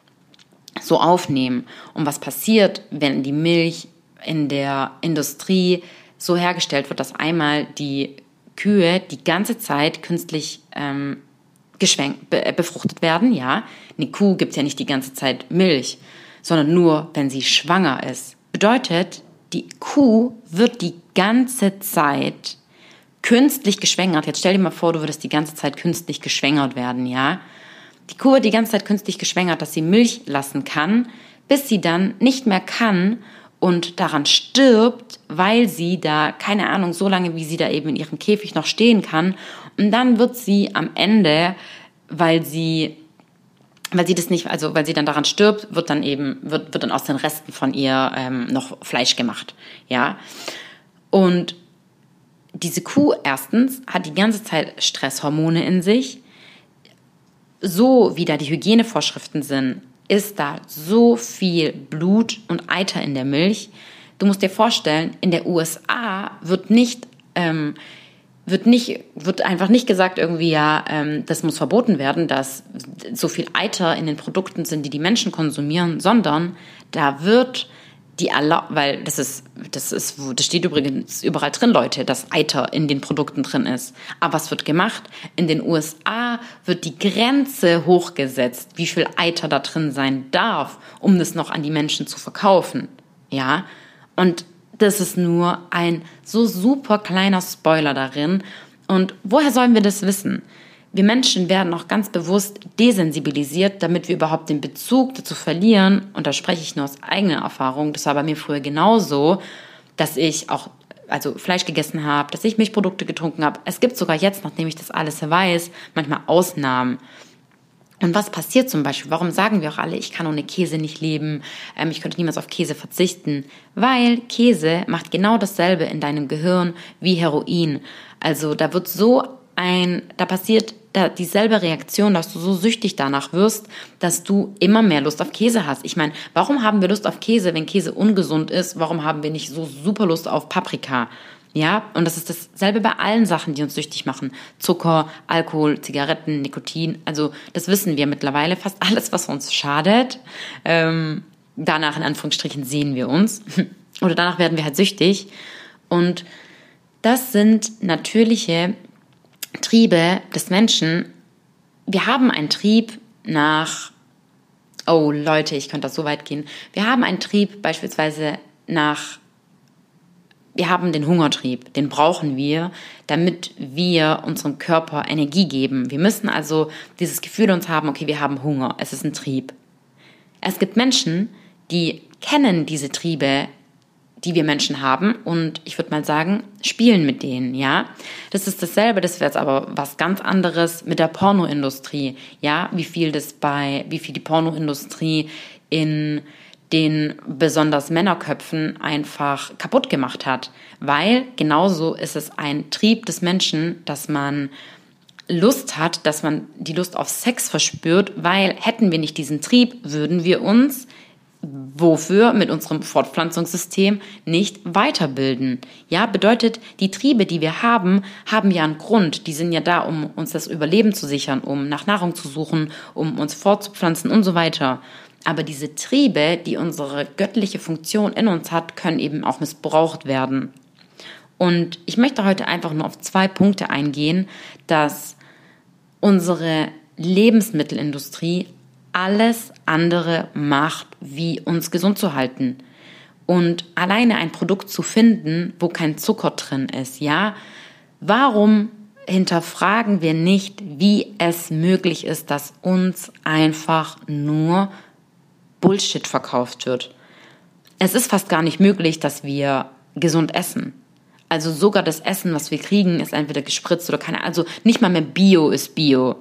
so aufnehmen. Und was passiert, wenn die Milch in der Industrie so hergestellt wird, dass einmal die Kühe die ganze Zeit künstlich ähm, geschwenkt, be, befruchtet werden, ja. Eine Kuh gibt ja nicht die ganze Zeit Milch, sondern nur, wenn sie schwanger ist. Bedeutet, die Kuh wird die ganze Zeit künstlich geschwängert. Jetzt stell dir mal vor, du würdest die ganze Zeit künstlich geschwängert werden, ja. Die Kuh wird die ganze Zeit künstlich geschwängert, dass sie Milch lassen kann, bis sie dann nicht mehr kann und daran stirbt, weil sie da, keine Ahnung, so lange, wie sie da eben in ihrem Käfig noch stehen kann. Und dann wird sie am Ende, weil sie, weil sie das nicht, also weil sie dann daran stirbt, wird dann eben, wird, wird dann aus den Resten von ihr ähm, noch Fleisch gemacht, ja. Und diese Kuh erstens hat die ganze Zeit Stresshormone in sich. So wie da die Hygienevorschriften sind, ist da so viel Blut und Eiter in der Milch. Du musst dir vorstellen, in der U S A wird nicht, ähm, wird nicht, wird einfach nicht gesagt irgendwie, ja, ähm, das muss verboten werden, dass so viel Eiter in den Produkten sind, die die Menschen konsumieren, sondern da wird die erlaubt, weil das ist, das ist, das steht übrigens überall drin, Leute, dass Eiter in den Produkten drin ist. Aber was wird gemacht? In den U S A wird die Grenze hochgesetzt, wie viel Eiter da drin sein darf, um das noch an die Menschen zu verkaufen. Ja? Und das ist nur ein so super kleiner Spoiler darin. Und woher sollen wir das wissen? Wir Menschen werden auch ganz bewusst desensibilisiert, damit wir überhaupt den Bezug dazu verlieren. Und da spreche ich nur aus eigener Erfahrung. Das war bei mir früher genauso, dass ich auch also Fleisch gegessen habe, dass ich Milchprodukte getrunken habe. Es gibt sogar jetzt, nachdem ich das alles weiß, manchmal Ausnahmen. Und was passiert zum Beispiel? Warum sagen wir auch alle, ich kann ohne Käse nicht leben, ähm, ich könnte niemals auf Käse verzichten? Weil Käse macht genau dasselbe in deinem Gehirn wie Heroin. Also da wird so ein, da passiert da dieselbe Reaktion, dass du so süchtig danach wirst, dass du immer mehr Lust auf Käse hast. Ich meine, warum haben wir Lust auf Käse, wenn Käse ungesund ist? Warum haben wir nicht so super Lust auf Paprika? Ja, und das ist dasselbe bei allen Sachen, die uns süchtig machen. Zucker, Alkohol, Zigaretten, Nikotin. Also das wissen wir mittlerweile. Fast alles, was uns schadet. Ähm, danach in Anführungsstrichen sehen wir uns. Oder danach werden wir halt süchtig. Und das sind natürliche Triebe des Menschen. Wir haben einen Trieb nach Oh Leute, ich könnte das so weit gehen. Wir haben einen Trieb beispielsweise nach, wir haben den Hungertrieb, den brauchen wir, damit wir unserem Körper Energie geben. Wir müssen also dieses Gefühl in uns haben, okay, wir haben Hunger, es ist ein Trieb. Es gibt Menschen, die kennen diese Triebe, die wir Menschen haben und ich würde mal sagen, spielen mit denen, ja. Das ist dasselbe, das wäre jetzt aber was ganz anderes mit der Pornoindustrie, ja, wie viel das bei, wie viel die Pornoindustrie in den besonders Männerköpfen einfach kaputt gemacht hat, weil genauso ist es ein Trieb des Menschen, dass man Lust hat, dass man die Lust auf Sex verspürt, weil hätten wir nicht diesen Trieb, würden wir uns wofür mit unserem Fortpflanzungssystem nicht weiterbilden. Ja, bedeutet, die Triebe, die wir haben, haben ja einen Grund. Die sind ja da, um uns das Überleben zu sichern, um nach Nahrung zu suchen, um uns fortzupflanzen und so weiter. Aber diese Triebe, die unsere göttliche Funktion in uns hat, können eben auch missbraucht werden. Und ich möchte heute einfach nur auf zwei Punkte eingehen, dass unsere Lebensmittelindustrie alles andere macht, wie uns gesund zu halten. Und alleine ein Produkt zu finden, wo kein Zucker drin ist, ja, warum hinterfragen wir nicht, wie es möglich ist, dass uns einfach nur Bullshit verkauft wird? Es ist fast gar nicht möglich, dass wir gesund essen. Also sogar das Essen, was wir kriegen, ist entweder gespritzt oder keine, also nicht mal mehr Bio ist Bio.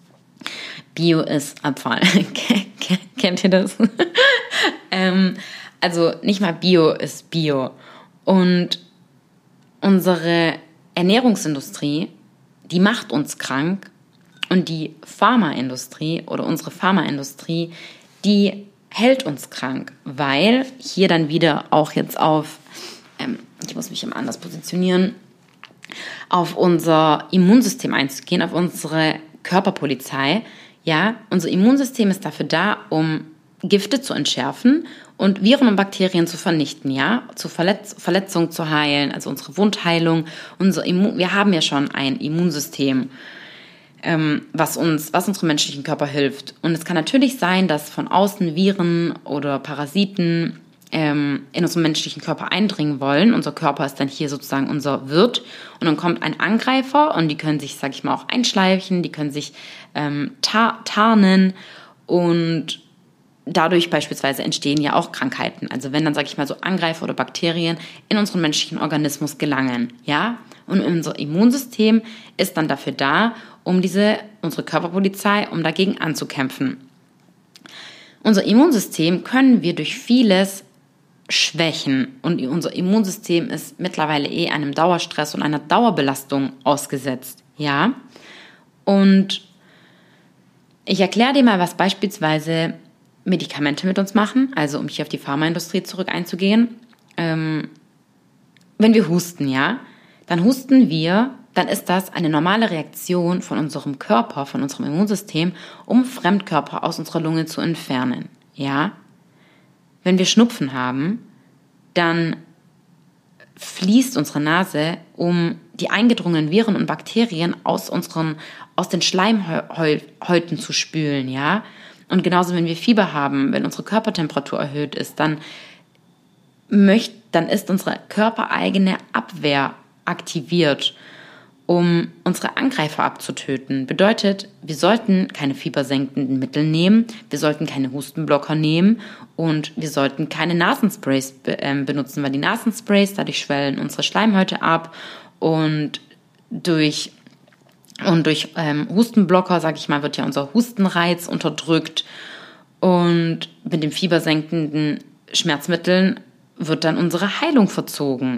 Bio ist Abfall. Kennt ihr das? ähm, also nicht mal Bio ist Bio. Und unsere Ernährungsindustrie, die macht uns krank. Und die Pharmaindustrie oder unsere Pharmaindustrie, die hält uns krank. Weil hier dann wieder auch jetzt auf, ähm, ich muss mich immer anders positionieren, auf unser Immunsystem einzugehen, auf unsere Körperpolizei. Ja, unser Immunsystem ist dafür da, um Gifte zu entschärfen und Viren und Bakterien zu vernichten, ja, zu Verletz- Verletzungen zu heilen, also unsere Wundheilung. Unser Immun- wir haben ja schon ein Immunsystem, ähm, was uns, was unserem menschlichen Körper hilft. Und es kann natürlich sein, dass von außen Viren oder Parasiten ähm, in unseren menschlichen Körper eindringen wollen. Unser Körper ist dann hier sozusagen unser Wirt und dann kommt ein Angreifer und die können sich, sag ich mal, auch einschleichen, die können sich ähm, tar- tarnen und dadurch beispielsweise entstehen ja auch Krankheiten. Also wenn dann, sag ich mal, so Angreifer oder Bakterien in unseren menschlichen Organismus gelangen, ja, und unser Immunsystem ist dann dafür da, um diese, unsere Körperpolizei, um dagegen anzukämpfen. Unser Immunsystem können wir durch vieles schwächen und unser Immunsystem ist mittlerweile eh einem Dauerstress und einer Dauerbelastung ausgesetzt, ja. Und ich erkläre dir mal, was beispielsweise Medikamente mit uns machen, also um hier auf die Pharmaindustrie zurück einzugehen. Ähm, wenn wir husten, ja, dann husten wir, dann ist das eine normale Reaktion von unserem Körper, von unserem Immunsystem, um Fremdkörper aus unserer Lunge zu entfernen, ja. Wenn wir Schnupfen haben, dann fließt unsere Nase, um die eingedrungenen Viren und Bakterien aus unseren, aus den Schleimhäuten zu spülen, ja. Und genauso, wenn wir Fieber haben, wenn unsere Körpertemperatur erhöht ist, dann möcht, dann ist unsere körpereigene Abwehr aktiviert, um unsere Angreifer abzutöten. Bedeutet, wir sollten keine fiebersenkenden Mittel nehmen, wir sollten keine Hustenblocker nehmen und wir sollten keine Nasensprays be- äh, benutzen, weil die Nasensprays, dadurch schwellen unsere Schleimhäute ab und durch, und durch ähm, Hustenblocker, sag ich mal, wird ja unser Hustenreiz unterdrückt und mit den fiebersenkenden Schmerzmitteln wird dann unsere Heilung verzogen.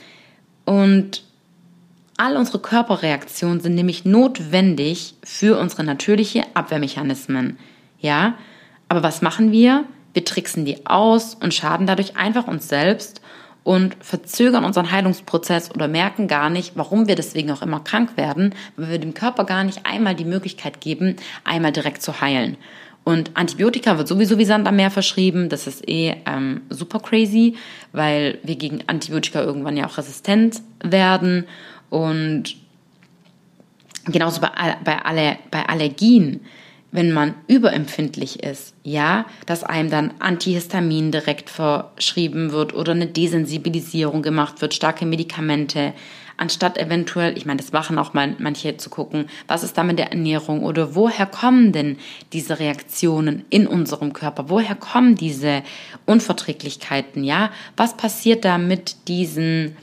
Und all unsere Körperreaktionen sind nämlich notwendig für unsere natürliche Abwehrmechanismen. Ja, aber was machen wir? Wir tricksen die aus und schaden dadurch einfach uns selbst und verzögern unseren Heilungsprozess oder merken gar nicht, warum wir deswegen auch immer krank werden, weil wir dem Körper gar nicht einmal die Möglichkeit geben, einmal direkt zu heilen. Und Antibiotika wird sowieso wie Sand am Meer verschrieben. Das ist eh ähm, super crazy, weil wir gegen Antibiotika irgendwann ja auch resistent werden. Und genauso bei, bei, Aller, bei Allergien. wenn man überempfindlich ist, ja, dass einem dann Antihistamin direkt verschrieben wird oder eine Desensibilisierung gemacht wird, starke Medikamente, anstatt eventuell, ich meine, das machen auch mal manche, zu gucken, was ist da mit der Ernährung oder woher kommen denn diese Reaktionen in unserem Körper, woher kommen diese Unverträglichkeiten, ja, was passiert da mit diesen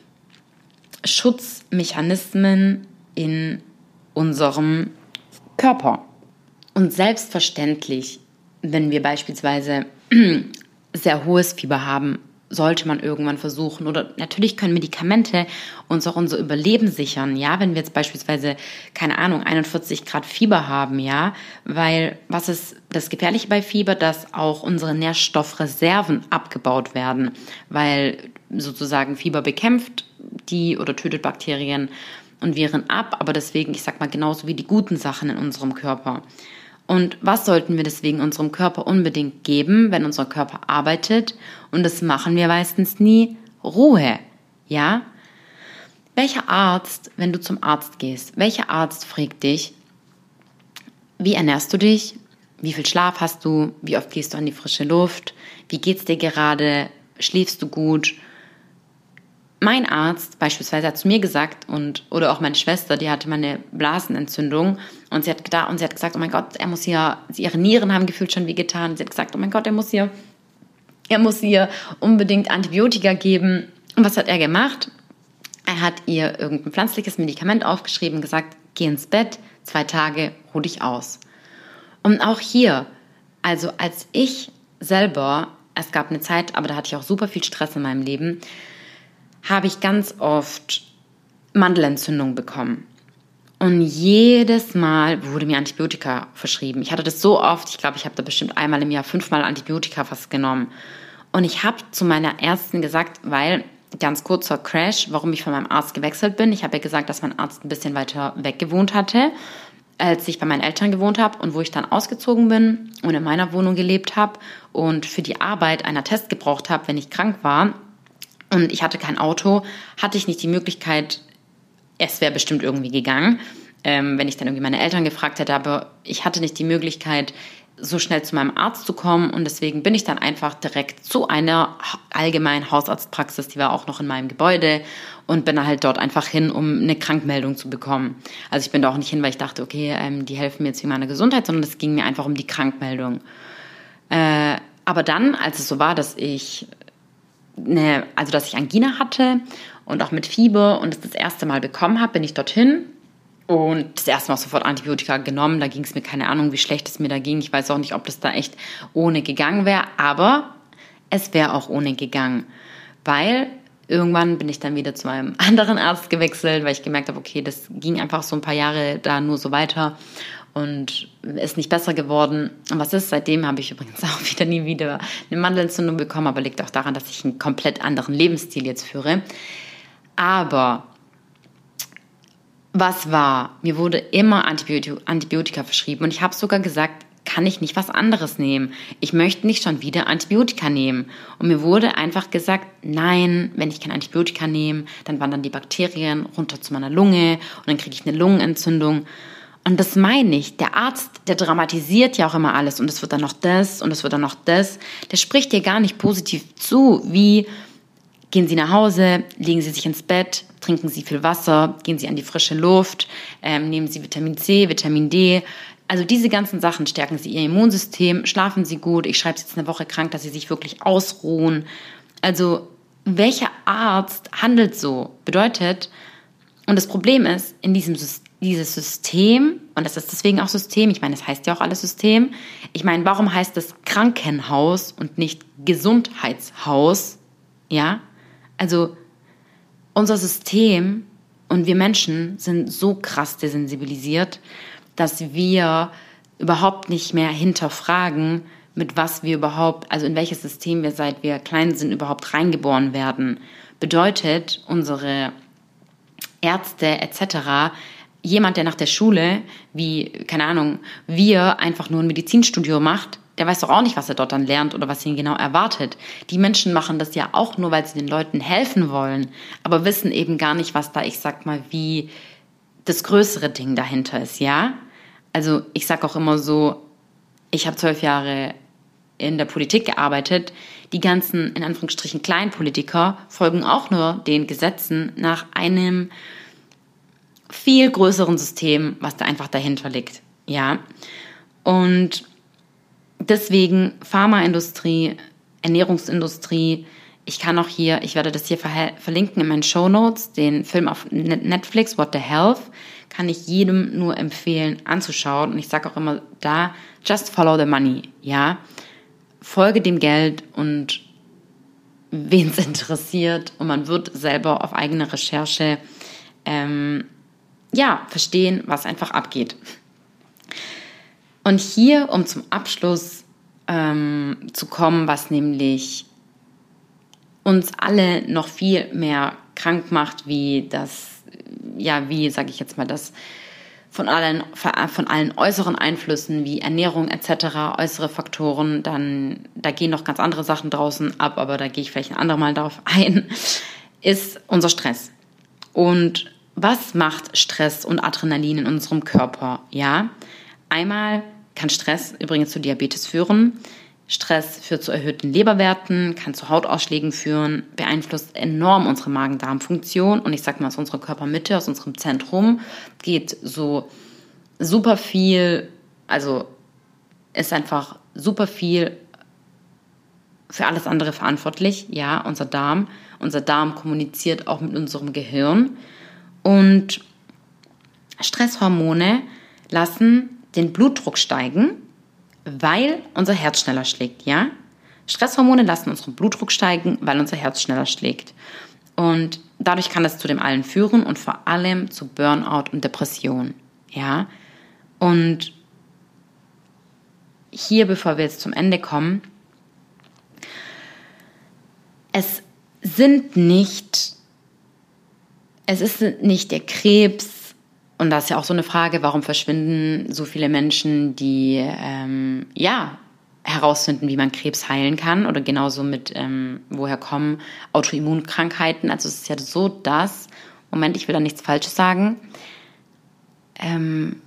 Schutzmechanismen in unserem Körper. Und selbstverständlich, wenn wir beispielsweise sehr hohes Fieber haben, sollte man irgendwann versuchen, oder natürlich können Medikamente uns auch unser Überleben sichern, ja, wenn wir jetzt beispielsweise, keine Ahnung, einundvierzig Grad Fieber haben, ja, weil was ist das Gefährliche bei Fieber, dass auch unsere Nährstoffreserven abgebaut werden, weil sozusagen Fieber bekämpft die oder tötet Bakterien und Viren ab, aber deswegen, ich sag mal, genauso wie die guten Sachen in unserem Körper. Und was sollten wir deswegen unserem Körper unbedingt geben, wenn unser Körper arbeitet? Und das machen wir meistens nie. Ruhe, ja? Welcher Arzt, wenn du zum Arzt gehst, welcher Arzt fragt dich, wie ernährst du dich? Wie viel Schlaf hast du? Wie oft gehst du an die frische Luft? Wie geht's dir gerade? Schläfst du gut? Mein Arzt beispielsweise hat zu mir gesagt, und oder auch meine Schwester, die hatte mal eine Blasenentzündung und sie hat gedacht, und sie hat gesagt, oh mein Gott, er muss hier, ihre Nieren haben gefühlt schon wehgetan. Sie hat gesagt, oh mein Gott, er muss hier, er muss hier unbedingt Antibiotika geben. Und was hat er gemacht? Er hat ihr irgendein pflanzliches Medikament aufgeschrieben, gesagt, geh ins Bett, zwei Tage, ruh dich aus. Und auch hier, also als ich selber, es gab eine Zeit, aber da hatte ich auch super viel Stress in meinem Leben, habe ich ganz oft Mandelentzündung bekommen. Und jedes Mal wurde mir Antibiotika verschrieben. Ich hatte das so oft, ich glaube, ich habe da bestimmt einmal im Jahr fünfmal Antibiotika fast genommen. Und ich habe zu meiner Ärztin gesagt, weil, ganz kurzer Crash, warum ich von meinem Arzt gewechselt bin. Ich habe ja gesagt, dass mein Arzt ein bisschen weiter weg gewohnt hatte, als ich bei meinen Eltern gewohnt habe und wo ich dann ausgezogen bin und in meiner Wohnung gelebt habe und für die Arbeit einen Attest gebraucht habe, wenn ich krank war. Und ich hatte kein Auto, hatte ich nicht die Möglichkeit, es wäre bestimmt irgendwie gegangen, ähm, wenn ich dann irgendwie meine Eltern gefragt hätte, aber ich hatte nicht die Möglichkeit, so schnell zu meinem Arzt zu kommen und deswegen bin ich dann einfach direkt zu einer allgemeinen Hausarztpraxis, die war auch noch in meinem Gebäude und bin halt dort einfach hin, um eine Krankmeldung zu bekommen. Also ich bin da auch nicht hin, weil ich dachte, okay, ähm, die helfen mir jetzt wegen meiner Gesundheit, sondern es ging mir einfach um die Krankmeldung. Äh, aber dann, als es so war, dass ich Ne, also dass ich Angina hatte und auch mit Fieber und es das erste Mal bekommen habe, bin ich dorthin und das erste Mal sofort Antibiotika genommen. Da ging es mir, keine Ahnung, wie schlecht es mir da ging. Ich weiß auch nicht, ob das da echt ohne gegangen wäre, aber es wäre auch ohne gegangen, weil irgendwann bin ich dann wieder zu meinem anderen Arzt gewechselt, weil ich gemerkt habe, okay, das ging einfach so ein paar Jahre da nur so weiter und ist nicht besser geworden. Und was ist? Seitdem habe ich übrigens auch wieder nie wieder eine Mandelentzündung bekommen, aber liegt auch daran, dass ich einen komplett anderen Lebensstil jetzt führe. Aber was war? Mir wurde immer Antibiotika, Antibiotika verschrieben und ich habe sogar gesagt, kann ich nicht was anderes nehmen? Ich möchte nicht schon wieder Antibiotika nehmen. Und mir wurde einfach gesagt, nein, wenn ich kein Antibiotika nehme, dann wandern die Bakterien runter zu meiner Lunge und dann kriege ich eine Lungenentzündung. Und das meine ich, der Arzt, der dramatisiert ja auch immer alles und es wird dann noch das und es wird dann noch das. Der spricht dir gar nicht positiv zu, wie gehen Sie nach Hause, legen Sie sich ins Bett, trinken Sie viel Wasser, gehen Sie an die frische Luft, ähm, nehmen Sie Vitamin C, Vitamin D. Also diese ganzen Sachen, stärken Sie Ihr Immunsystem, schlafen Sie gut, ich schreibe Sie jetzt eine Woche krank, dass Sie sich wirklich ausruhen. Also welcher Arzt handelt so? Bedeutet, und das Problem ist, in diesem System, dieses System, und das ist deswegen auch System, ich meine, es heißt ja auch alles System, ich meine, warum heißt es Krankenhaus und nicht Gesundheitshaus, ja, also unser System und wir Menschen sind so krass desensibilisiert, dass wir überhaupt nicht mehr hinterfragen, mit was wir überhaupt, also in welches System wir, seit wir klein sind, überhaupt reingeboren werden. Bedeutet, unsere Ärzte et cetera, jemand, der nach der Schule, wie, keine Ahnung, wir einfach nur ein Medizinstudium macht, der weiß doch auch nicht, was er dort dann lernt oder was ihn genau erwartet. Die Menschen machen das ja auch nur, weil sie den Leuten helfen wollen, aber wissen eben gar nicht, was da, ich sag mal, wie das größere Ding dahinter ist, ja? Also ich sage auch immer so, ich habe zwölf Jahre in der Politik gearbeitet. Die ganzen, in Anführungsstrichen, Kleinpolitiker folgen auch nur den Gesetzen nach einem viel größeren System, was da einfach dahinter liegt. Ja. Und deswegen Pharmaindustrie, Ernährungsindustrie, ich kann auch hier, ich werde das hier verlinken in meinen Shownotes, den Film auf Netflix, What the Health, kann ich jedem nur empfehlen anzuschauen. Und ich sage auch immer da, just follow the money, ja. Folge dem Geld und wen es interessiert. Und man wird selber auf eigene Recherche ähm, ja, verstehen, was einfach abgeht. Und hier, um zum Abschluss ähm, zu kommen, was nämlich uns alle noch viel mehr krank macht, wie das, ja, wie, sage ich jetzt mal, das von allen, von allen äußeren Einflüssen wie Ernährung et cetera, äußere Faktoren, dann, da gehen noch ganz andere Sachen draußen ab, aber da gehe ich vielleicht ein andermal darauf ein, ist unser Stress. Und was macht Stress und Adrenalin in unserem Körper? Ja, einmal kann Stress übrigens zu Diabetes führen. Stress führt zu erhöhten Leberwerten, kann zu Hautausschlägen führen, beeinflusst enorm unsere Magen-Darm-Funktion. Und ich sage mal, aus unserer Körpermitte, aus unserem Zentrum geht so super viel, also ist einfach super viel für alles andere verantwortlich. Ja, unser Darm. Unser Darm kommuniziert auch mit unserem Gehirn. Und Stresshormone lassen den Blutdruck steigen, weil unser Herz schneller schlägt, ja? Stresshormone lassen unseren Blutdruck steigen, weil unser Herz schneller schlägt. Und dadurch kann das zu dem allen führen und vor allem zu Burnout und Depression, ja? Und hier, bevor wir jetzt zum Ende kommen, es sind nicht, es ist nicht der Krebs. Und das ist ja auch so eine Frage, warum verschwinden so viele Menschen, die ähm, ja herausfinden, wie man Krebs heilen kann, oder genauso mit, ähm, woher kommen Autoimmunkrankheiten. Also es ist ja so, dass, Moment, ich will da nichts Falsches sagen, ähm,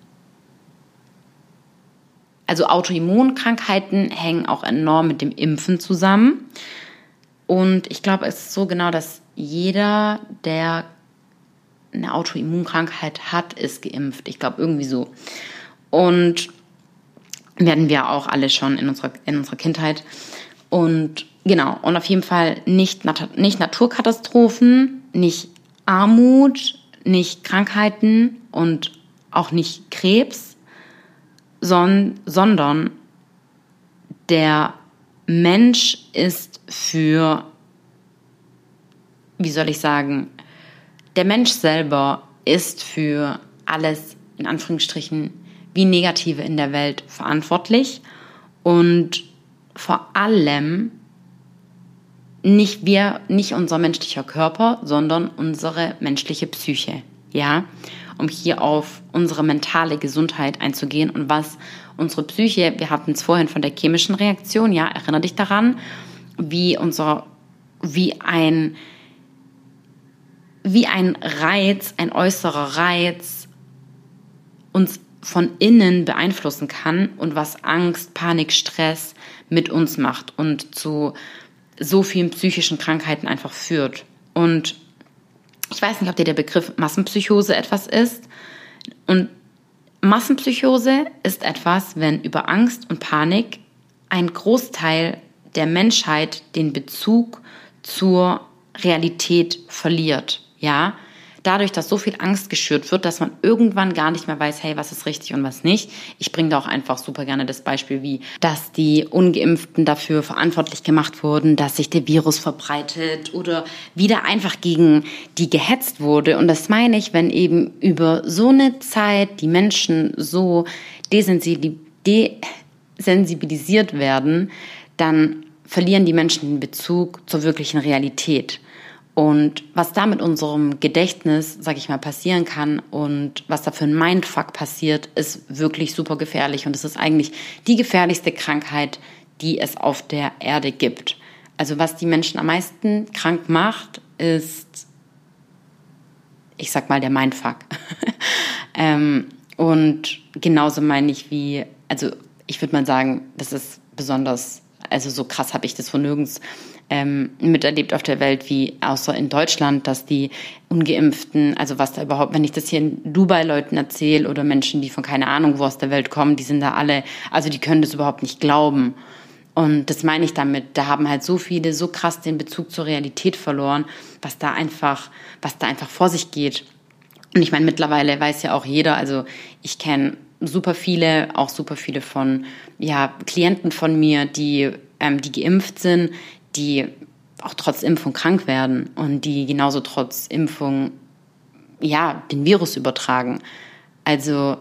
also Autoimmunkrankheiten hängen auch enorm mit dem Impfen zusammen. Und ich glaube, es ist so genau, dass jeder, der eine Autoimmunkrankheit hat, ist geimpft. Ich glaube, irgendwie so. Und werden wir auch alle schon in unserer, in unserer Kindheit. Und genau, und auf jeden Fall nicht, nicht Naturkatastrophen, nicht Armut, nicht Krankheiten und auch nicht Krebs, son, sondern der Mensch ist für, wie soll ich sagen, der Mensch selber ist für alles, in Anführungsstrichen, wie Negative in der Welt verantwortlich. Und vor allem nicht wir, nicht unser menschlicher Körper, sondern unsere menschliche Psyche. Ja, um hier auf unsere mentale Gesundheit einzugehen und was unsere Psyche, wir hatten es vorhin von der chemischen Reaktion, ja, erinnere dich daran, wie unser, wie ein wie ein Reiz, ein äußerer Reiz uns von innen beeinflussen kann und was Angst, Panik, Stress mit uns macht und zu so vielen psychischen Krankheiten einfach führt. Und ich weiß nicht, ob dir der Begriff Massenpsychose etwas ist. Und Massenpsychose ist etwas, wenn über Angst und Panik ein Großteil der Menschheit den Bezug zur Realität verliert. Ja, dadurch, dass so viel Angst geschürt wird, dass man irgendwann gar nicht mehr weiß, hey, was ist richtig und was nicht. Ich bringe da auch einfach super gerne das Beispiel, wie, dass die Ungeimpften dafür verantwortlich gemacht wurden, dass sich der Virus verbreitet oder wieder einfach gegen die gehetzt wurde. Und das meine ich, wenn eben über so eine Zeit die Menschen so desensibilisiert werden, dann verlieren die Menschen den Bezug zur wirklichen Realität. Und was da mit unserem Gedächtnis, sag ich mal, passieren kann und was da für ein Mindfuck passiert, ist wirklich super gefährlich. Und es ist eigentlich die gefährlichste Krankheit, die es auf der Erde gibt. Also was die Menschen am meisten krank macht, ist, ich sag mal, der Mindfuck. ähm, Und genauso meine ich wie, also ich würde mal sagen, das ist besonders, also so krass habe ich das von nirgends ähm, miterlebt auf der Welt wie außer in Deutschland, dass die Ungeimpften, also was da überhaupt, wenn ich das hier in Dubai Leuten erzähle oder Menschen, die von keine Ahnung wo aus der Welt kommen, die sind da alle, also die können das überhaupt nicht glauben. Und das meine ich damit, da haben halt so viele so krass den Bezug zur Realität verloren, was da einfach, was da einfach vor sich geht. Und ich meine, mittlerweile weiß ja auch jeder, also ich kenne super viele, auch super viele von ja, Klienten von mir, die, ähm, die geimpft sind, die auch trotz Impfung krank werden und die genauso trotz Impfung ja, den Virus übertragen. Also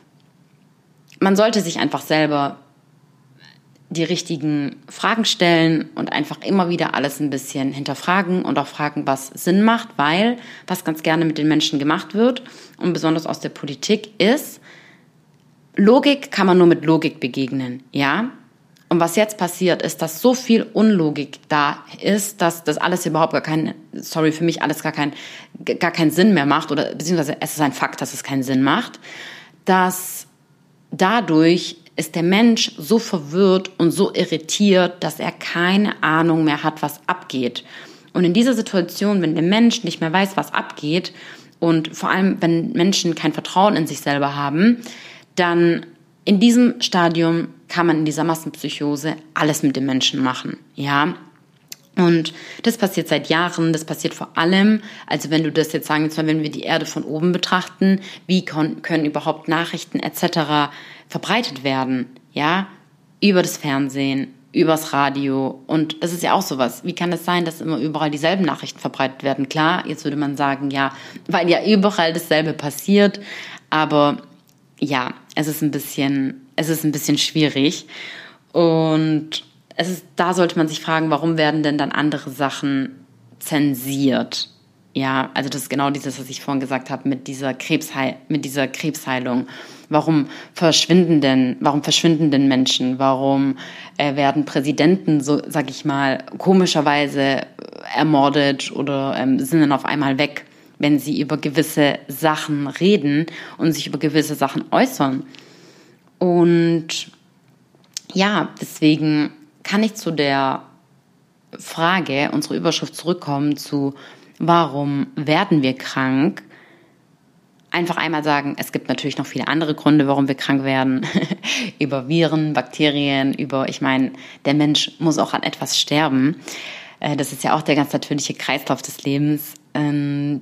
man sollte sich einfach selber die richtigen Fragen stellen und einfach immer wieder alles ein bisschen hinterfragen und auch fragen, was Sinn macht, weil was ganz gerne mit den Menschen gemacht wird und besonders aus der Politik ist, Logik kann man nur mit Logik begegnen, ja? Und was jetzt passiert, ist, dass so viel Unlogik da ist, dass das alles überhaupt gar keinen, sorry, für mich alles gar, kein, gar keinen Sinn mehr macht oder beziehungsweise es ist ein Fakt, dass es keinen Sinn macht, dass dadurch ist der Mensch so verwirrt und so irritiert, dass er keine Ahnung mehr hat, was abgeht. Und in dieser Situation, wenn der Mensch nicht mehr weiß, was abgeht und vor allem, wenn Menschen kein Vertrauen in sich selber haben, dann in diesem Stadium kann man in dieser Massenpsychose alles mit dem Menschen machen, ja. Und das passiert seit Jahren, das passiert vor allem, also wenn du das jetzt sagen, wenn wir die Erde von oben betrachten, wie können überhaupt Nachrichten et cetera verbreitet werden, ja, über das Fernsehen, übers Radio und das ist ja auch sowas. Wie kann es sein, dass immer überall dieselben Nachrichten verbreitet werden? Klar, jetzt würde man sagen, ja, weil ja überall dasselbe passiert, aber ja, es ist ein bisschen, es ist ein bisschen schwierig und es ist, da sollte man sich fragen, warum werden denn dann andere Sachen zensiert? Ja, also das ist genau dieses, was ich vorhin gesagt habe mit dieser Krebsheil, mit dieser Krebsheilung. Warum verschwinden denn, warum verschwinden denn Menschen? Warum äh, werden Präsidenten, so sag ich mal, komischerweise ermordet oder ähm, sind dann auf einmal weg, wenn sie über gewisse Sachen reden und sich über gewisse Sachen äußern? Und ja, deswegen kann ich zu der Frage, unsere Überschrift zurückkommen zu, warum werden wir krank? Einfach einmal sagen, es gibt natürlich noch viele andere Gründe, warum wir krank werden. Über Viren, Bakterien, über, ich meine, der Mensch muss auch an etwas sterben. Das ist ja auch der ganz natürliche Kreislauf des Lebens. Und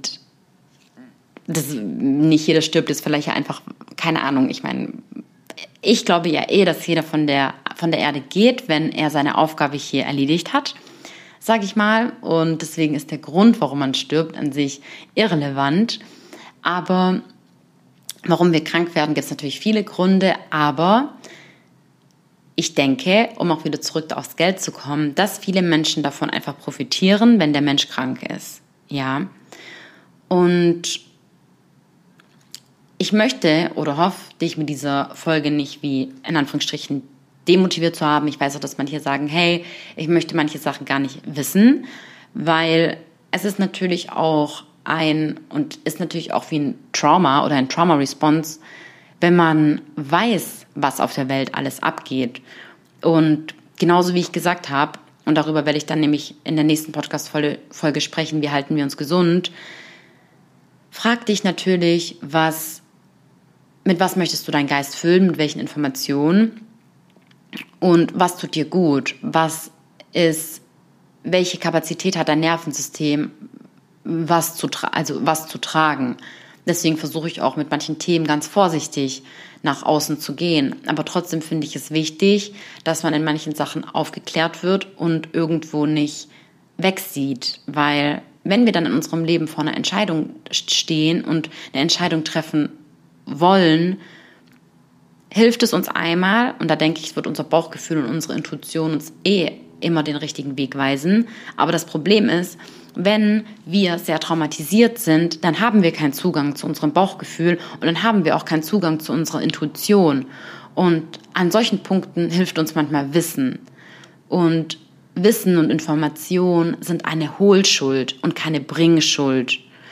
das, nicht jeder stirbt jetzt vielleicht einfach, keine Ahnung, ich meine, ich glaube ja eh, dass jeder von der, von der Erde geht, wenn er seine Aufgabe hier erledigt hat, sage ich mal. Und deswegen ist der Grund, warum man stirbt, an sich irrelevant. Aber warum wir krank werden, gibt es natürlich viele Gründe. Aber ich denke, um auch wieder zurück aufs Geld zu kommen, dass viele Menschen davon einfach profitieren, wenn der Mensch krank ist. Ja. Und ich möchte oder hoffe, dich mit dieser Folge nicht wie, in Anführungsstrichen, demotiviert zu haben. Ich weiß auch, dass manche sagen, hey, ich möchte manche Sachen gar nicht wissen, weil es ist natürlich auch ein, und ist natürlich auch wie ein Trauma oder ein Trauma-Response, wenn man weiß, was auf der Welt alles abgeht. Und genauso wie ich gesagt habe, und darüber werde ich dann nämlich in der nächsten Podcast-Folge sprechen, wie halten wir uns gesund, frag dich natürlich, was, mit was möchtest du deinen Geist füllen, mit welchen Informationen und was tut dir gut, was ist, welche Kapazität hat dein Nervensystem, was zu, tra- also was zu tragen. Deswegen versuche ich auch mit manchen Themen ganz vorsichtig nach außen zu gehen. Aber trotzdem finde ich es wichtig, dass man in manchen Sachen aufgeklärt wird und irgendwo nicht wegsieht. Weil wenn wir dann in unserem Leben vor einer Entscheidung stehen und eine Entscheidung treffen wollen, hilft es uns einmal, und da denke ich, wird unser Bauchgefühl und unsere Intuition uns eh immer den richtigen Weg weisen. Aber das Problem ist, wenn wir sehr traumatisiert sind, dann haben wir keinen Zugang zu unserem Bauchgefühl und dann haben wir auch keinen Zugang zu unserer Intuition. Und an solchen Punkten hilft uns manchmal Wissen. Und Wissen und Information sind eine Hohlschuld und keine Bringschuld.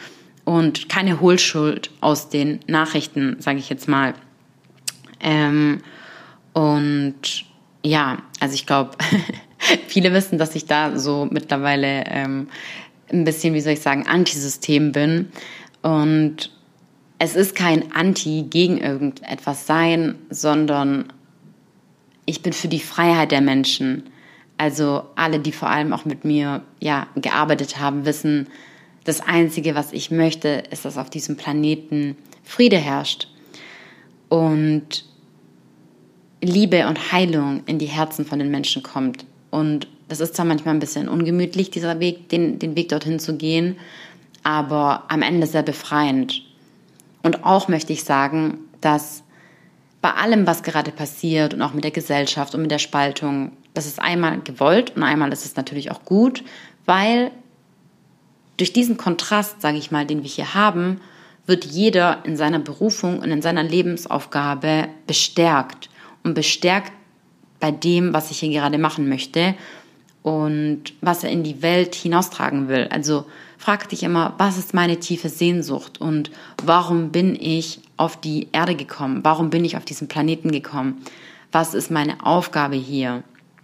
und keine Hohlschuld aus den Nachrichten, sage ich jetzt mal. Ähm, und ja, also ich glaube, viele wissen, dass ich da so mittlerweile ähm, ein bisschen, wie soll ich sagen, Antisystem bin. Und es ist kein Anti gegen irgendetwas sein, sondern ich bin für die Freiheit der Menschen. Also alle, die vor allem auch mit mir ja, gearbeitet haben, wissen, das Einzige, was ich möchte, ist, dass auf diesem Planeten Friede herrscht und Liebe und Heilung in die Herzen von den Menschen kommt. Und das ist zwar manchmal ein bisschen ungemütlich, dieser Weg, den, den Weg dorthin zu gehen, aber am Ende sehr befreiend. Und auch möchte ich sagen, dass bei allem, was gerade passiert und auch mit der Gesellschaft und mit der Spaltung, das ist einmal gewollt und einmal ist es natürlich auch gut, weil durch diesen Kontrast, sage ich mal, den wir hier haben, wird jeder in seiner Berufung und in seiner Lebensaufgabe bestärkt und bestärkt bei dem, was ich hier gerade machen möchte und was er in die Welt hinaustragen will. Also frag dich immer, was ist meine tiefe Sehnsucht und warum bin ich auf die Erde gekommen? Warum bin ich auf diesen Planeten gekommen? Was ist meine Aufgabe hier?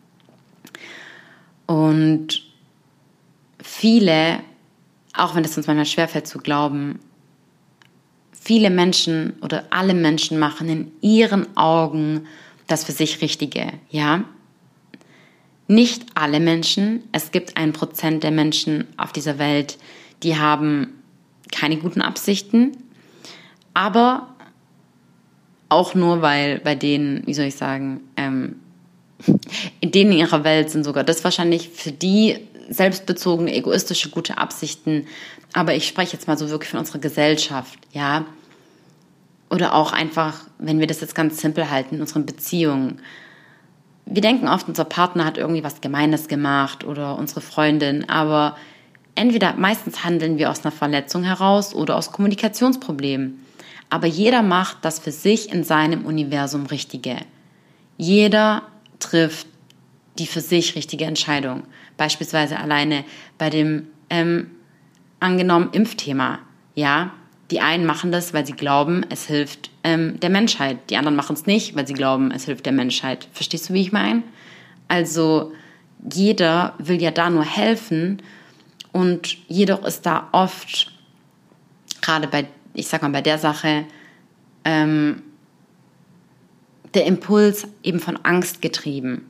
Und viele, auch wenn es uns manchmal schwerfällt zu glauben, viele Menschen oder alle Menschen machen in ihren Augen das für sich Richtige, ja. Nicht alle Menschen, es gibt ein Prozent der Menschen auf dieser Welt, die haben keine guten Absichten, aber auch nur, weil bei denen, wie soll ich sagen, ähm, in denen in ihrer Welt sind sogar das wahrscheinlich für die selbstbezogene, egoistische, gute Absichten, aber ich spreche jetzt mal so wirklich von unserer Gesellschaft, ja. Oder auch einfach, wenn wir das jetzt ganz simpel halten, in unseren Beziehungen. Wir denken oft, unser Partner hat irgendwie was Gemeines gemacht oder unsere Freundin, aber entweder meistens handeln wir aus einer Verletzung heraus oder aus Kommunikationsproblemen. Aber jeder macht das für sich in seinem Universum Richtige. Jeder trifft die für sich richtige Entscheidung. Beispielsweise alleine bei dem ähm, angenommen Impfthema. Ja, die einen machen das, weil sie glauben, es hilft ähm, der Menschheit. Die anderen machen es nicht, weil sie glauben, es hilft der Menschheit. Verstehst du, wie ich meine? Also jeder will ja da nur helfen und jedoch ist da oft, gerade bei, ich sag mal, bei der Sache, ähm, der Impuls eben von Angst getrieben.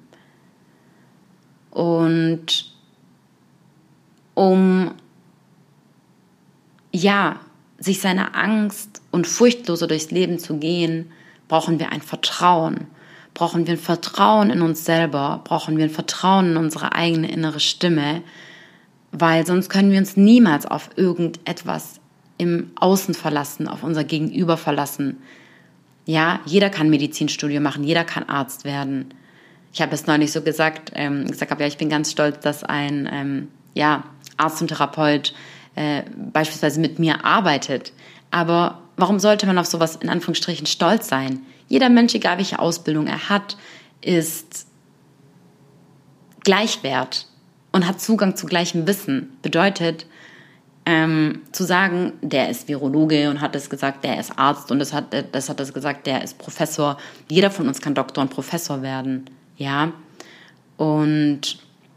Und um, ja, sich seiner Angst und furchtloser durchs Leben zu gehen, brauchen wir ein Vertrauen. Brauchen wir ein Vertrauen in uns selber, brauchen wir ein Vertrauen in unsere eigene innere Stimme, weil sonst können wir uns niemals auf irgendetwas im Außen verlassen, auf unser Gegenüber verlassen. Ja, jeder kann Medizinstudium machen, jeder kann Arzt werden. Ich habe es neulich so gesagt, ähm, gesagt habe, ja, ich bin ganz stolz, dass ein ähm, ja, Arzt und Therapeut äh, beispielsweise mit mir arbeitet. Aber warum sollte man auf sowas in Anführungsstrichen stolz sein? Jeder Mensch, egal welche Ausbildung er hat, ist gleichwert und hat Zugang zu gleichem Wissen. Bedeutet, ähm, zu sagen, der ist Virologe und hat es gesagt, der ist Arzt und das hat, das hat es gesagt, der ist Professor. Jeder von uns kann Doktor und Professor werden. Ja, und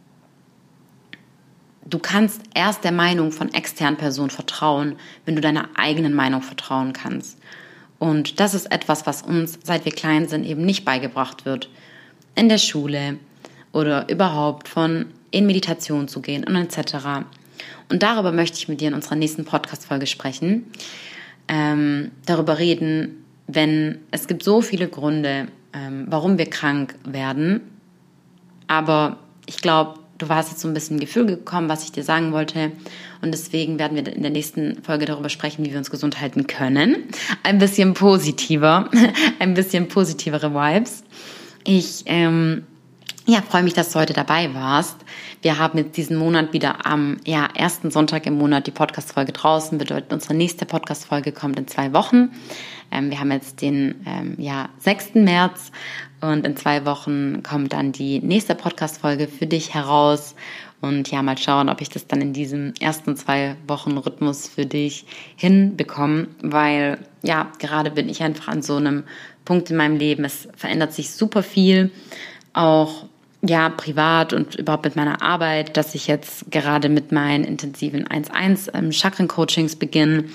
du kannst erst der Meinung von externen Personen vertrauen, wenn du deiner eigenen Meinung vertrauen kannst. Und das ist etwas, was uns, seit wir klein sind, eben nicht beigebracht wird. In der Schule oder überhaupt von in Meditation zu gehen und et cetera. Und darüber möchte ich mit dir in unserer nächsten Podcast-Folge sprechen. Ähm, darüber reden, wenn es gibt so viele Gründe, ähm, warum wir krank werden. Aber ich glaube, du warst jetzt so ein bisschen ein Gefühl gekommen, was ich dir sagen wollte. Und deswegen werden wir in der nächsten Folge darüber sprechen, wie wir uns gesund halten können. Ein bisschen positiver, ein bisschen positivere Vibes. Ich ähm, ja, freue mich, dass du heute dabei warst. Wir haben jetzt diesen Monat wieder am ja, ersten Sonntag im Monat die Podcast-Folge draußen. Bedeutet, unsere nächste Podcast-Folge kommt in zwei Wochen. Ähm, wir haben jetzt den ähm, ja, sechsten März und in zwei Wochen kommt dann die nächste Podcast-Folge für dich heraus. Und ja, mal schauen, ob ich das dann in diesem ersten zwei Wochen Rhythmus für dich hinbekomme, weil ja, gerade bin ich einfach an so einem Punkt in meinem Leben. Es verändert sich super viel, auch ja, privat und überhaupt mit meiner Arbeit, dass ich jetzt gerade mit meinen intensiven eins eins ähm, Chakren-Coachings beginne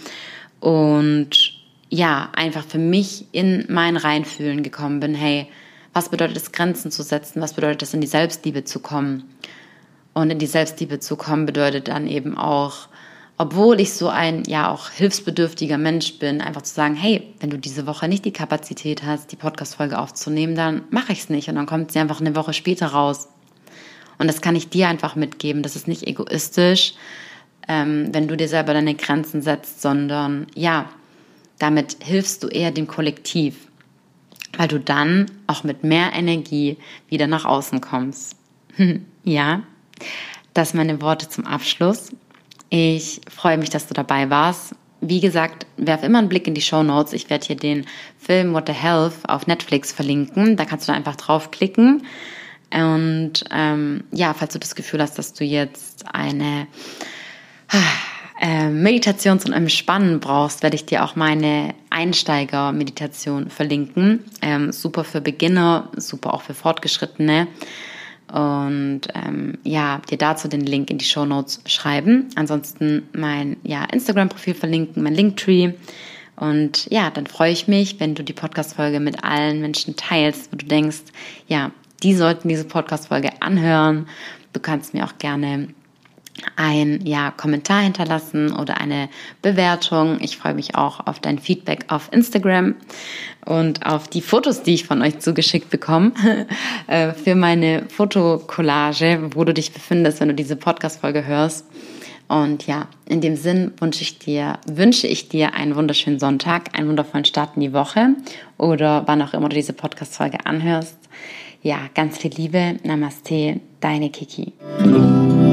und ja, einfach für mich in mein Reinfühlen gekommen bin, hey, was bedeutet es, Grenzen zu setzen? Was bedeutet es, in die Selbstliebe zu kommen? Und in die Selbstliebe zu kommen bedeutet dann eben auch, obwohl ich so ein ja auch hilfsbedürftiger Mensch bin, einfach zu sagen, hey, wenn du diese Woche nicht die Kapazität hast, die Podcast-Folge aufzunehmen, dann mache ich es nicht und dann kommt sie einfach eine Woche später raus. Und das kann ich dir einfach mitgeben. Das ist nicht egoistisch, ähm, wenn du dir selber deine Grenzen setzt, sondern ja, damit hilfst du eher dem Kollektiv, weil du dann auch mit mehr Energie wieder nach außen kommst. Ja, das sind meine Worte zum Abschluss. Ich freue mich, dass du dabei warst. Wie gesagt, werf immer einen Blick in die Shownotes. Ich werde hier den Film What the Health auf Netflix verlinken. Da kannst du da einfach draufklicken. Und ähm, ja, falls du das Gefühl hast, dass du jetzt eine äh, Meditation zum Entspannen brauchst, werde ich dir auch meine Einsteiger-Meditation verlinken. Ähm, super für Beginner, super auch für Fortgeschrittene. Und ähm, ja, dir dazu den Link in die Shownotes schreiben. Ansonsten mein ja, Instagram-Profil verlinken, mein Linktree. Und ja, dann freue ich mich, wenn du die Podcast-Folge mit allen Menschen teilst, wo du denkst, ja, die sollten diese Podcast-Folge anhören. Du kannst mir auch gerne ein ja, Kommentar hinterlassen oder eine Bewertung. Ich freue mich auch auf dein Feedback auf Instagram und auf die Fotos, die ich von euch zugeschickt bekomme, für meine Fotokollage, wo du dich befindest, wenn du diese Podcast-Folge hörst. Und ja, in dem Sinn wünsche ich dir, wünsche ich dir einen wunderschönen Sonntag, einen wundervollen Start in die Woche oder wann auch immer du diese Podcast-Folge anhörst. Ja, ganz viel Liebe. Namaste, deine Kiki.